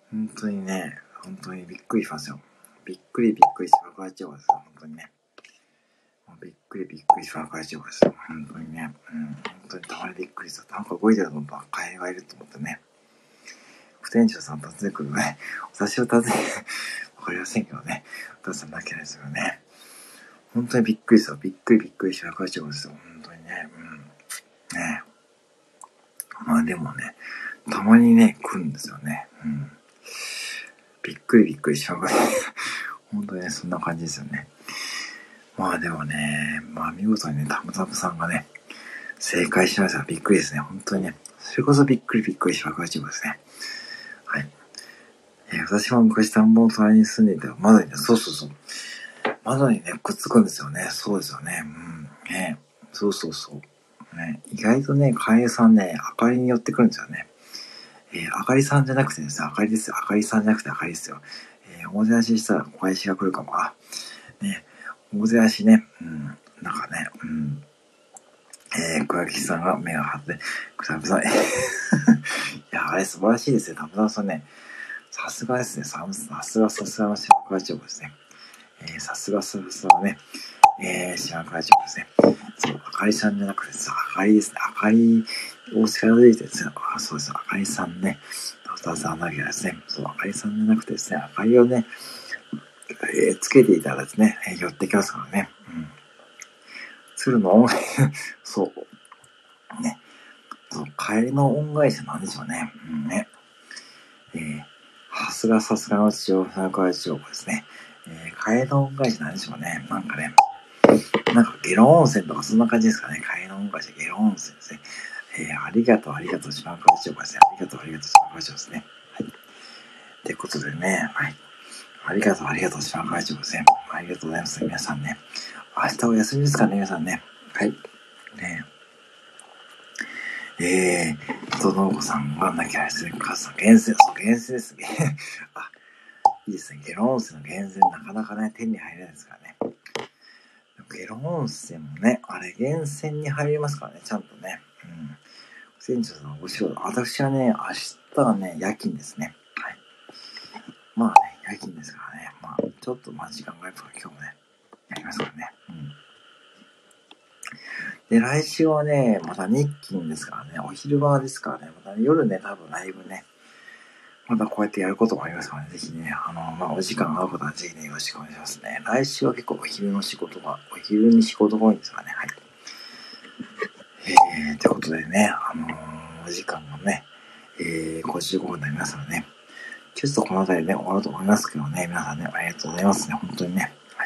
びっくりしますよ。びっくりして爆発情報ですよ、本当にね。びっくりして爆発情報ですよ、本当にね。本当にたまにびっくりした。なんか動いてるのばカエルがいると思ってね。副店長さん訪ねてくるね。私を訪ねて、わかりませんけどね。お父さんなきゃですよね。本当にびっくりした。びっくりして爆発情報ですよ、本当にね。ね。まあでもね、たまにね、来るんですよね。びっくりしまくり。本当にね、そんな感じですよね。まあでもね、見事にね、たむたむさんがね、正解しました。びっくりですね。本当にね。それこそびっくりしまくりですね。はい。私も昔田んぼの隣に住んでいた窓にね、そう。窓にね、くっつくんですよね。そうですよね。そう。ね、意外とね、カエルさんね、明かりに寄ってくるんですよね。あかりさんじゃなくてですね、あかりですよ。あかりさんじゃなくてあかりですよ。おもてなししたら小林が来るかも。おもてなしね。小林さんが目が張って、たぶさん、いや、あれ素晴らしいですね。たぶさんね。さすがですね。さすがの島倉町ですね。さすがね。島倉町ですね。そう、あかりさんじゃなくてさ、あかりですね。あかりを近づいてですね。そうです。あかりさんね。たぶさんなきゃですね。そう、あかりさんじゃなくてですね。あかりをね、つけていたらですね、寄ってきますからね。鶴の恩返し、そう、ね。そう、カエルの恩返しなんでしょうね。さすがの地方ですね。カエルの恩返しなんでしょうね。ゲロ温泉とかそんな感じですかね。カエルの恩返し、ゲロ温泉ですね。ありがとう、島倉地方ですね。ありがとう、島倉地方ですね。はい。ってことでね、はい。ありがとう、島倉地方ですね。ありがとうございます。皆さんね。明日お休みですかね、皆さんね。はい。のうこさんがなきゃですね。母さん、厳選ですね。いいですね。ゲロ温泉の源泉なかなかね、手に入らないですからね。ゲロ温泉もね、あれ、源泉に入りますからね、ちゃんとね。船長さんお仕事。私はね、明日はね、夜勤ですね。はい。夜勤ですからね。ちょっと時間があるから今日もね、やりますからね。で、来週はね、また日勤ですからね、お昼間ですからね、また夜ね、多分ライブね、またこうやってやることもありますからね、ぜひね、お時間が合う方はぜひね、よろしくお願いしますね。来週は結構お昼に仕事が多いんですかね、はい。ということでね、お時間がね、55分になりますのでね、ちょっとこの辺りで、ね、終わると思いますけどね、皆さんね、ありがとうございますね、本当にね。はい。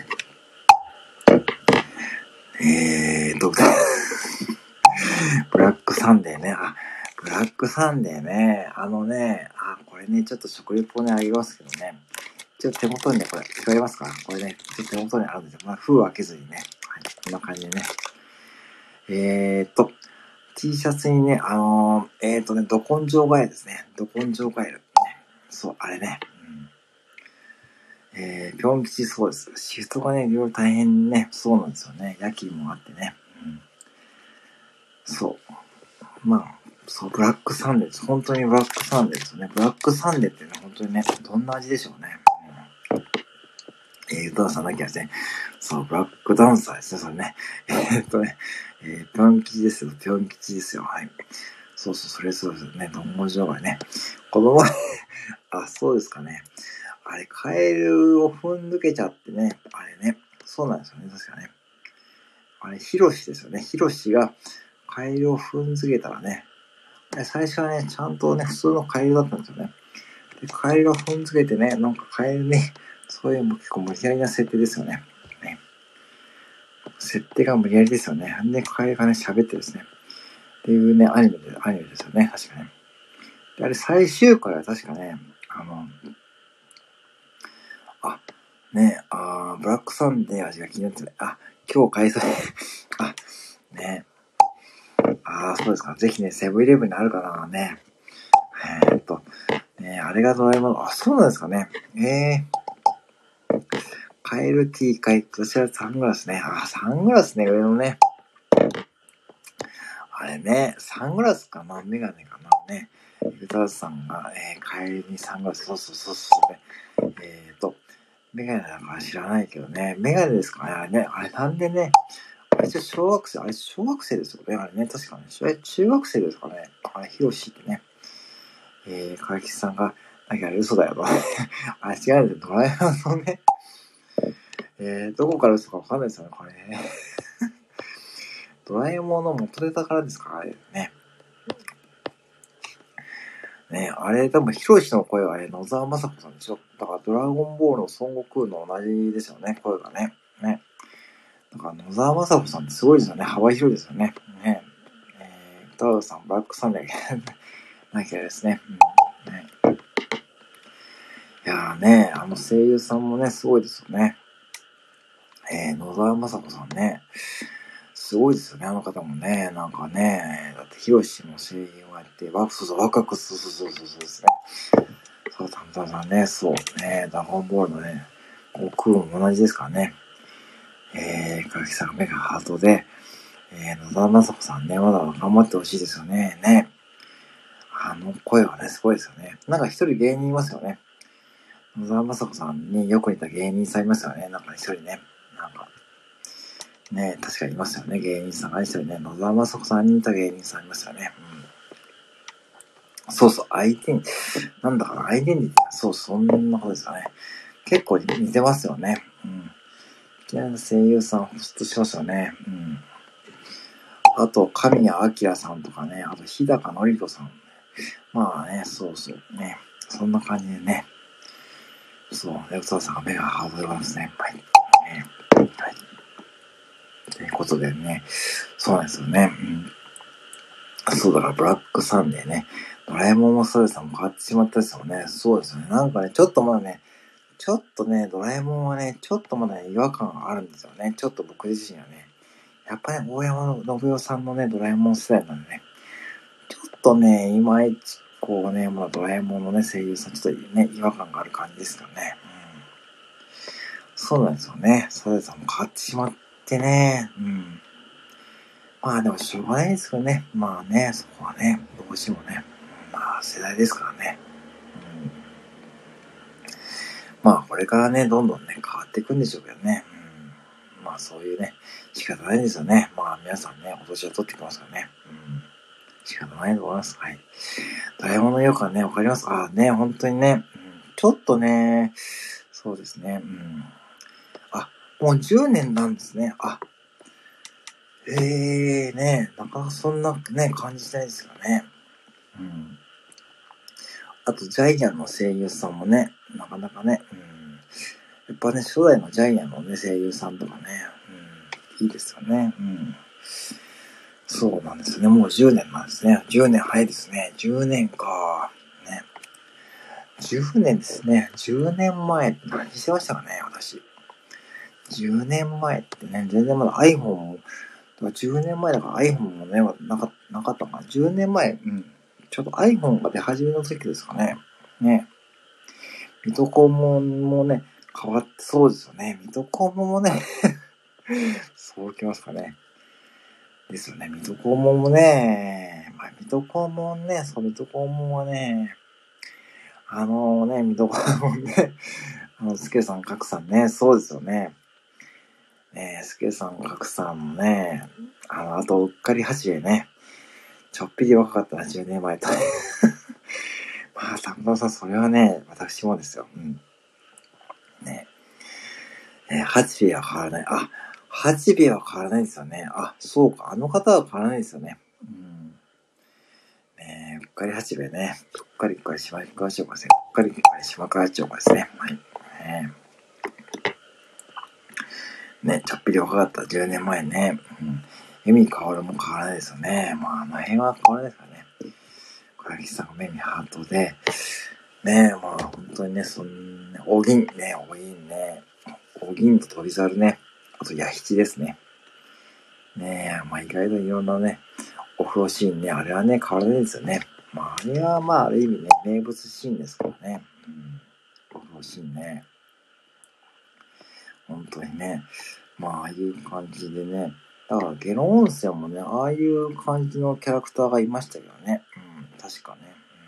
ブラックサンデーね、ブラックサンデーね、これね、ちょっと食レポね、あげますけどね、ちょっと手元にね、これ、聞こえますか？これね、ちょっと手元にあるんですよ。封を開けずにね、はい、こんな感じでね。T シャツにね、ど根性ガエルですね。ど根性ガエル。そう、あれね。ぴょん吉そうです。シフトがね、いろいろ大変ね、そうなんですよね。夜勤もあってね。そう。そう、ブラックサンデーです。本当にブラックサンデーですよね。ブラックサンデーってね、本当にね、どんな味でしょうね。歌わさなきゃですね。そう、ブラックダンサーですね、それね。ぴょん吉ですよ、ぴょん吉ですよ。はい。そう、それそうですね。どんごじょうがね。子供そうですかね。あれ、カエルを踏んづけちゃってね。あれね。そうなんですよね、確かね。あれ、ヒロシですよね。ヒロシがカエルを踏んづけたらね。最初はね、ちゃんとね、普通のカエルだったんですよね。で、カエルが踏んづけてね、カエルにそういう結構無理やりな設定ですよね。ね、設定が無理やりですよね。で、彼がね、喋ってですね。っていうね、アニメですよね。確かね。で、あれ最終回は確かね、ブラックサンデー味が気になってね。今日開催。ね。そうですか。ぜひね、セブンイレブンにあるかなね。あれがドラえもん。そうなんですかね。カエルティーこちらサングラスね。サングラスね、上のね。あれね、サングラスかなメガネかなね。ユタさんが、カエルにサングラス。そうね。メガネだから知らないけどね。メガネですかね。あれね。あれなんでね。あれ小学生ですよね。あれね。確かに。中学生ですかね。ヒロシってね。カキさんが、あれ嘘だよと。違うんですよ。ドラえもんのね。どこから嘘かわかんないですよね。これね。ドラえもんの元ネタからですかあれね。あれ多分ヒロシの声は野沢雅子さんでしょ。だからドラゴンボールの孫悟空の同じですよね。声がね。だから野沢雅子さんってすごいですよね。幅広いですよね。タウさん、ブラックサンデーなきゃですね。いやね、声優さんもね、すごいですよね。野沢雅子さんね。すごいですよね、あの方もね。なんかね、だってヒロシの声優をやって、ワクワクそうですね。そう、タムタムさんね、そうね、ドラゴンボールのね、悟空も同じですからね。かきさんが目がハートで、野沢雅子さんね、まだ頑張ってほしいですよね。あの声はね、すごいですよね。なんか一人芸人いますよね。野沢雅子さんによく似た芸人さんいますよね。なんか一人ね。なんか、ね、確かにいますよね。芸人さんが一人ね。野沢雅子さんに似た芸人さんいますよね。そう、アイデンティティ。そう、そんなことですよね。結構似てますよね。声優さんホストしますよね。あと、神谷明さんとかね。あと、日高のり子さん。まあね、そうね。そんな感じでね。そう、宇多田さんが目がハードでございますね。はい。ということでね。そうなんですよね。そうだから、ブラックサンデーね。ドラえもんもそうですもん変わってしまったですよね。そうですよね。なんかね、ちょっとね、ドラえもんはね、ちょっとまだ違和感があるんですよね。ちょっと僕自身はね。やっぱり大山信代さんのね、ドラえもん世代なんでね。ちょっとね、いまいち、こうね、まだドラえもんのね、声優さん、ちょっとね、違和感がある感じですよね。そうなんですよね。サザエさんも変わってしまってね。まあでもしょうがないですよね。まあね、そこはね、どうしてもね。まあ世代ですからね。まあこれからね、どんどんね、変わっていくんでしょうけどね。まあそういうね、仕方ないですよね。まあ皆さんね、お年を取ってきますからね。仕方ないと思います。はい。ドラえもんのよくはね、わかりますかね、本当にね。ちょっとね、そうですね。もう10年なんですね。ね、なかなかそんなね、感じないですよね。あと、ジャイアンの声優さんもね、なかなかね、やっぱね、初代のジャイアンのね、声優さんとかね、いいですよね。そうなんですね。もう10年なんですね。10年早いですね。10年か。ね。10年ですね。10年前って何してましたかね、私。10年前ってね、全然まだ iPhone も、10年前だから iPhone もね、なかったかな。10年前、ちょっと iPhone が出始めの時ですかね。ね。水戸黄門もね、変わってそうですよね。水戸黄門もね、そうきますかね。ですよね。水戸黄門もね、水戸黄門ね、水戸黄門はね、水戸黄門ね、スケさん、カクさんね、そうですよね。スケさん、カクさんもね、あと、うっかり八兵衛ね、ちょっぴり若かったな、10年前と。まあ、田村さん、それはね、私もですよ。八兵衛は変わらない。八兵衛は変わらないですよね。そうか、あの方は変わらないですよね。うっかり八兵衛ね。うっかり島川町子ですね。うっかり島川町子ですね。はい。 ね、ちょっぴり若かった10年前ね。エミカオルも変わらないですよね。まあ、あの辺は変わらないですからね。小柳さんが目にハートで、ね、まあ、本当にね、お銀ね、お銀と飛び猿ね、あと、ヤヒチですね。ねえ、まあ、意外といろんなね、お風呂シーンね、あれはね、変わらないですよね。まあ、あれはまあ、ある意味ね、名物シーンですからね。お風呂シーンね。本当にね、まあ、ああいう感じでね、だからゲロ温泉もね、ああいう感じのキャラクターがいましたけどね。確かね。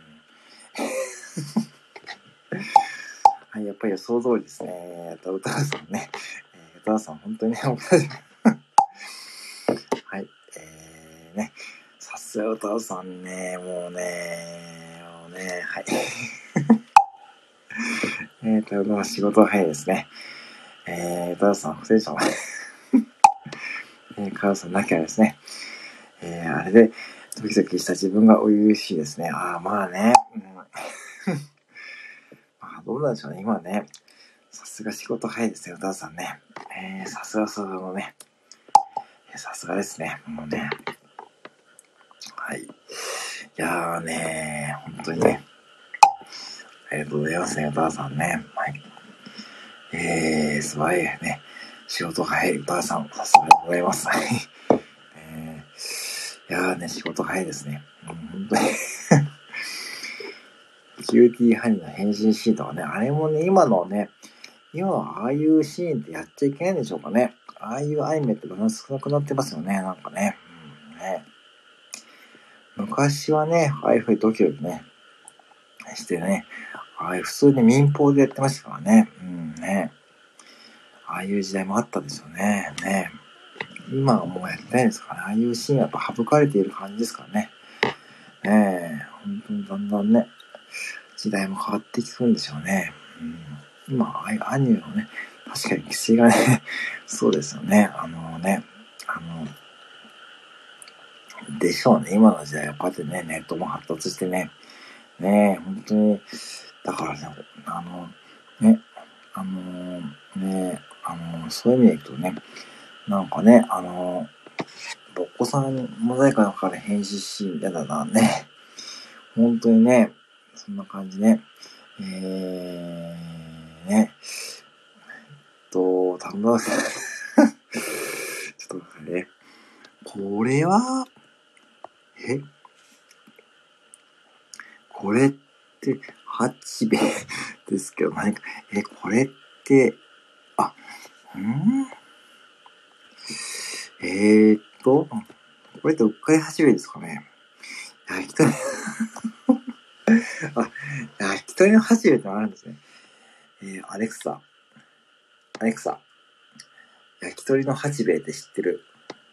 はい、やっぱり予想通りですね。歌川さんね。歌川さん、本当にね、はい、ね。さすが歌川さんね、もうね、はい。仕事は早いですね。歌川さん、不正者は、歌川さんなきゃですね。あれで、ドキドキした自分が初々しいですね。まあね。まあ、どうなんでしょうね、今ね。さすが仕事早いですね、歌川さんね。さすがね。さすがですね、もうね。はい。いやーねー、本当にね。ありがとうございますね、歌川さんね。はい。素早いね。仕事早い歌川さん、さすがでございます。はい。いやーね、仕事早いですね。本当に。キューティーハニーの変身シーンとかね、あれもね、今のああいうシーンってやっちゃいけないんでしょうかね。ああいうアニメって少なくなってますよね、なんかね。ね、昔はね、ああいうふうにドキドキね、してね、ああいう普通に民放でやってましたからね。ね。ああいう時代もあったですよね。ね。今はもうやってないですからね。ああいうシーンはやっぱ省かれている感じですからね。本当にだんだんね、時代も変わっていくんでしょうね。今、ああいうアニメのね、確かに規制がね、そうですよね。でしょうね。今の時代はこうやってね、ネットも発達してね、本当に、だからね、そういう意味でいくとね、なんかね、お子さんモザイクの中で変身シーン嫌だな、ね。本当にね、そんな感じね。ね。田村さん。ちょっと待ってね。これは、これって、八兵衛ですけど、何か、これって、これってうっかり八兵衛ですかね。焼き鳥、焼き鳥の八兵衛ってのあるんですね。アレクサ、焼き鳥の八兵衛って知ってる？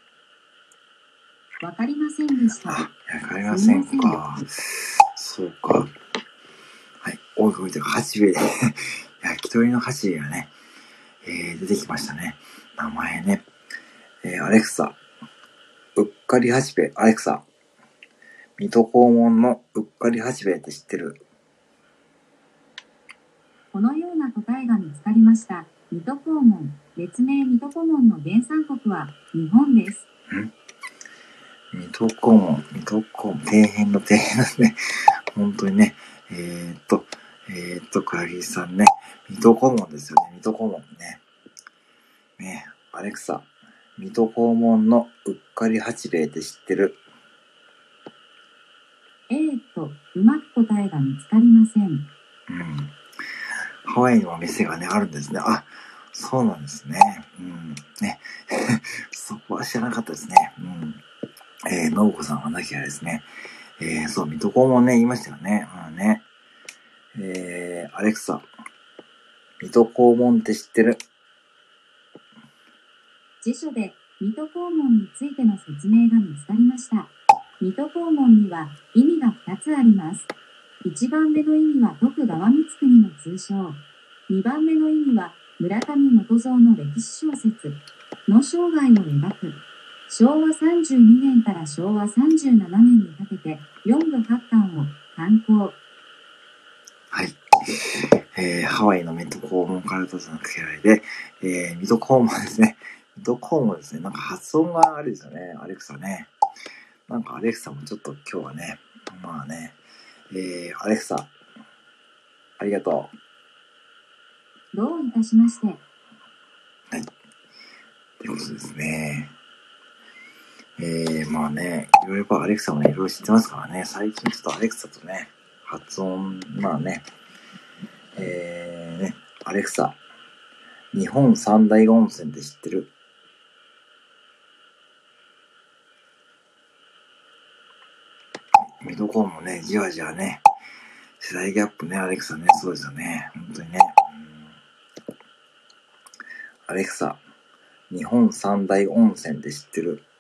わかりませんでした。 わかりませんか。そうか。はい。おいて八兵衛。焼き鳥の八兵衛がね、出てきましたね。名前ね。アレクサ、うっかり八兵衛。アレクサ、水戸黄門のうっかり八兵衛って知ってる？ このような答えが見つかりました。水戸黄門、別名水戸黄門の原産国は日本です。 水戸黄門、底辺の底辺ですね。本当にね。倉木さんね。水戸黄門ですよね。水戸黄門ね。ね、アレクサ、水戸黄門のうっかり八兵衛って知ってる？ うまく答えが見つかりません。 ハワイにも店がね、あるんですね。そうなんですね。ね。そこは知らなかったですね。信子さんはなきゃですね。そう、水戸黄門ね、言いましたよね。アレクサ、水戸黄門って知ってる？ 辞書で水戸黄門についての説明が見つかりました。水戸黄門には意味が2つあります。1番目の意味は徳川光圀の通称。2番目の意味は村上元蔵の歴史小説の生涯を描く。昭和32年から昭和37年にかけて4部8巻を刊行。 はい。ハワイの水戸黄門からと名付けられて、水戸黄門ですね。 どこもですね、なんか発音があれですよね、アレクサね。なんかアレクサもちょっと今日はね、まあね、アレクサ、ありがとう。どういたしまして。はい。 ということですね。まあね、いろいろアレクサもね、いろいろ知ってますからね、最近ちょっとアレクサとね、発音、まあね、ね、アレクサ、日本三大温泉って知ってる？水戸黄門もね、じわじわね、世代ギャップね、アレクサね、そうですよね、本当にね。アレクサ、日本三大温泉って知ってる？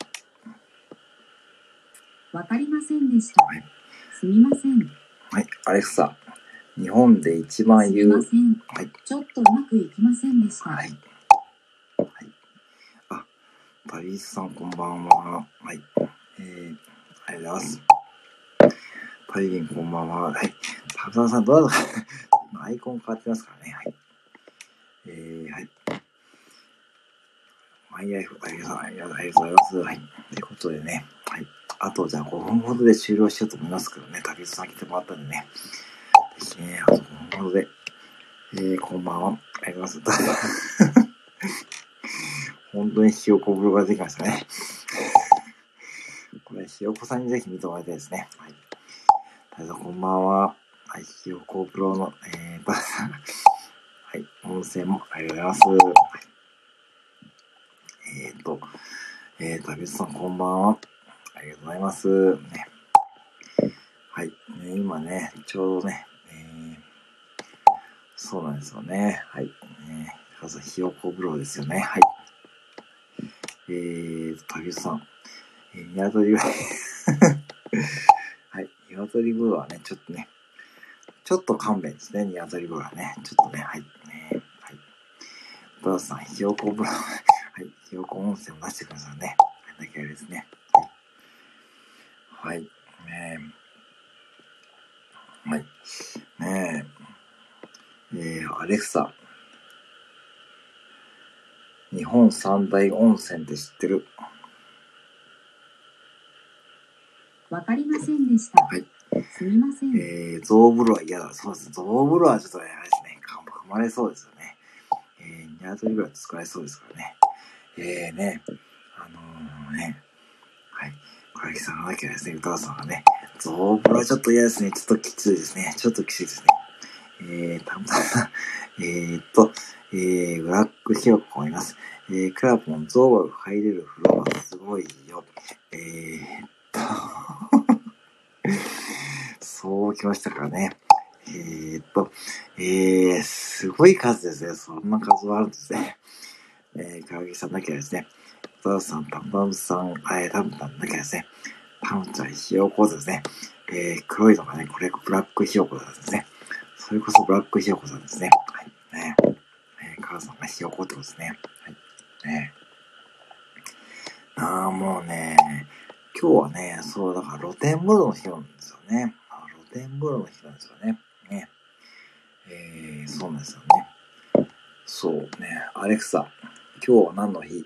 わかりませんでした。はい、すみません。 はい、アレクサ、日本で一番有名。 すみません。はい、ちょっとうまくいきませんでした。はい。 はい、あ、パリースさんこんばんは。はい。ありがとうございます。パリリンこんばんは。はい。タブさんどうぞ。アイコン変わってますからね。はい。はい。マイライフ、ありがとうございます。はい。ということでね。はい。あと、じゃあ5分ほどで終了しようと思いますけどね。竹内さん来てもらったんでね。ぜひね、あと5分ほどで。こんばんは。ありがとうございます。本当にひよこブロができましたね。これ、ひよこさんにぜひ見てもらいたいですね。はい。大丈夫、こんばんは。はい、ひよこプロの、バさん。はい、音声もありがとうございます。はい、竹内さんこんばんは。ありがとうございます。ね。はい、ね、今ね、ちょうどね、そうなんですよね。はい。ひよこブロですよね。はい。竹内さん、ニワトリはい、ニワトリブロはね、ちょっとね、ちょっと勘弁ですね、ニワトリブロはね。ちょっとね、はい。はい。ブラさん、ひよこブロ、はい、ひよこ温泉を出してくださいね。だけあれですね。はい。はい。ねえ。アレクサ。日本三大温泉って知ってる？ わかりませんでした。はい。すみません。ゾウ風呂は嫌だ。そうです。ゾウ風呂はちょっとね、あれですね。噛まれそうですよね。ニワトリぐらい使えそうですからね。ね。はい。小雪さんがなきゃですね、歌川さんがね、ゾウ風呂はちょっと嫌ですね。ちょっときついですね。ちょっときついですね。たまたま、ブラックヒヨコがいます。クラブのゾウが入れる風呂はすごいよ。そうきましたからね。すごい数ですね。そんな数はあるんですね。川木さんだけはですね、お父さん、たむたむさん、たむたむだけはですね、たむちゃん、ひよこですね。黒いのがね、これ、ブラックひよこなんですね。それこそブラックひよこさんですね。はい。ね。母さんがひよこってことですね。はい。ね。もうね、今日はね、そう、だから露天風呂の日なんですよね。露天風呂の日なんですよね。ね。そうなんですよね。そうね。アレクサ、今日は何の日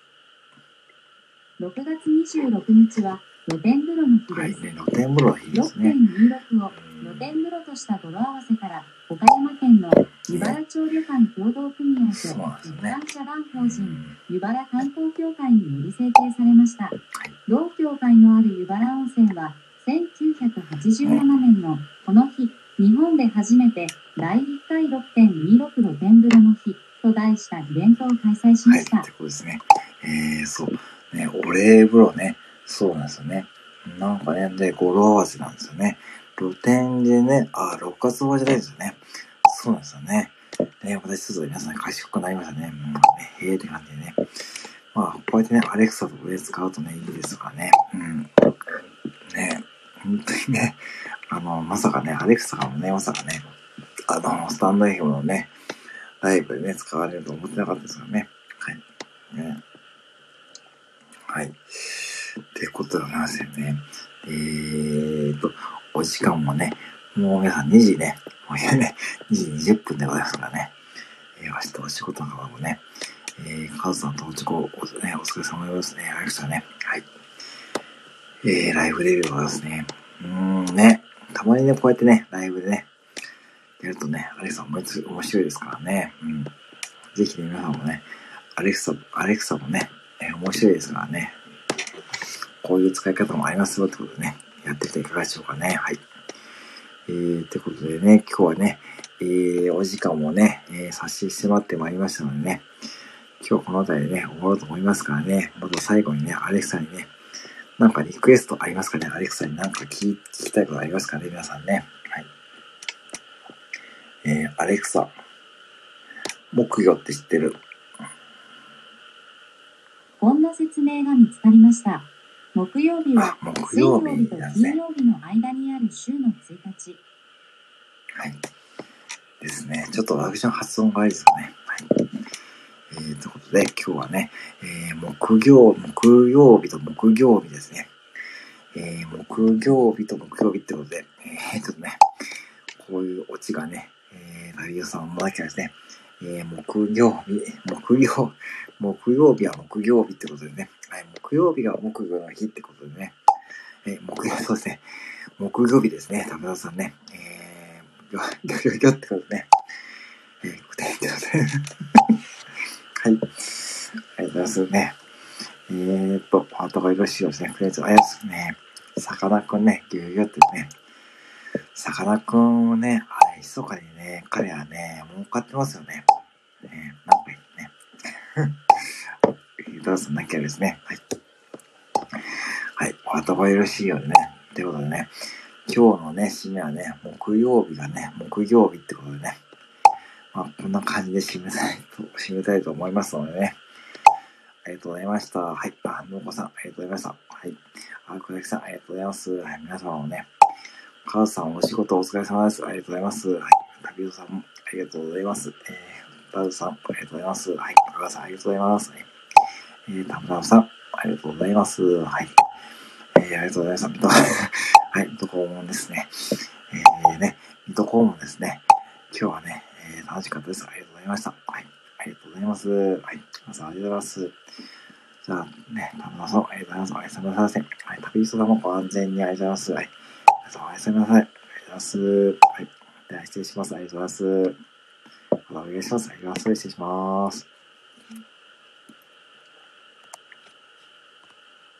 ？6月26日は露天風呂の日です。 はいね、露天風呂の日ですね。 6.26 を露天風呂とした語呂合わせから岡山県の湯原町旅館協同組合と一般社団法人湯原観光協会により制定されました。同協会のある湯原温泉は1987年のこの日、日本で初めて第1回 6.26 露天風呂の日と題したイベントを開催しました。 はい、ってことですね。そう。ね、お礼風呂ね。そうなんですよね。なんかね、で、語呂合わせなんですよね。露天でね、六月場じゃないですよね。そうなんですよね。ね、私ちょっと皆さん賢くなりましたね。へーって感じでね。まあ、こうやってね、アレクサとかで使うとね、いいですからね。ね、本当にね、まさかね、アレクサがね、まさかね、スタンド FM のね、ライブでね、使われると思ってなかったですよね。はい。ね。はい。ってことでございますよね。お時間もね、もう皆さん2時ね、もうね、2時20分でございますからね。明日お仕事の方もね、 カズさん到着お疲れ様ですね。ありましたね。はい。ライブレビューはですね、ね、たまにね、こうやってね、ライブでね、やるとね、アレクサ面白いですからね。ぜひね、皆さんもね、アレクサもね、面白いですからね。こういう使い方もありますよってことでね、やってみていかがでしょうかね。はい。ということでね、今日はね、お時間もね、差し迫ってまいりましたのでね、今日この辺りでね、終わろうと思いますからね、また最後にね、アレクサにね、なんかリクエストありますかね。アレクサになんか聞きたいことありますかね、皆さんね。はい。アレクサ、木魚って知ってる？ こんな説明が見つかりました。木曜日は木曜日と金曜日の間にある週の1日。 はい。ですね。ちょっと私の発音がいいですかね。はい。ということで、今日はね、木曜日と木曜日ですね。木曜日と木曜日ってことで、ちょっとね、こういうオチがね、旅人さんもだけはですね、木曜日は木曜日ってことでね、はい、木曜日が木曜の日ってことでね、そうですね、木曜日ですね、田村さんね、ギョってことでね、はい、ありがとうございますね。パートがよろしいですね、クレーズ、あやつね、さかなクンね、ギョってね、さかなクンね、あれ、密かにね、彼はね、儲かってますよね。なんかね。ダンスなきゃですね。はい。はい。お後がよろしいようでね。ということでね、今日のね、締めはね、木曜日ってことでね。まあ、こんな感じで締めたいと思いますのでね。ありがとうございました。はい。のうこさん、ありがとうございました。はい。小崎さん、ありがとうございます。はい。皆様もね、カズさん、お仕事お疲れ様です。ありがとうございます。はい。旅人さんも、ありがとうございます。ダウさん、ありがとうございます。はい。カズさん、ありがとうございます。タムタムさん、ありがとうございます。はい。ありがとうございました。はい。水戸黄門ですね。水戸黄門ですね。今日はね、楽しかったです。ありがとうございました。はい。ありがとうございます。はい。皆さん、ありがとうございます。じゃあね、タムタムさん、ありがとうございます。おやすみなさい。はい。旅人さんもご安全にありがとうございます。はい。皆さん、おやすみなさい。ありがとうございます。はい。では、失礼します。ありがとうございます。またお願いします。ありがとうございます。失礼します。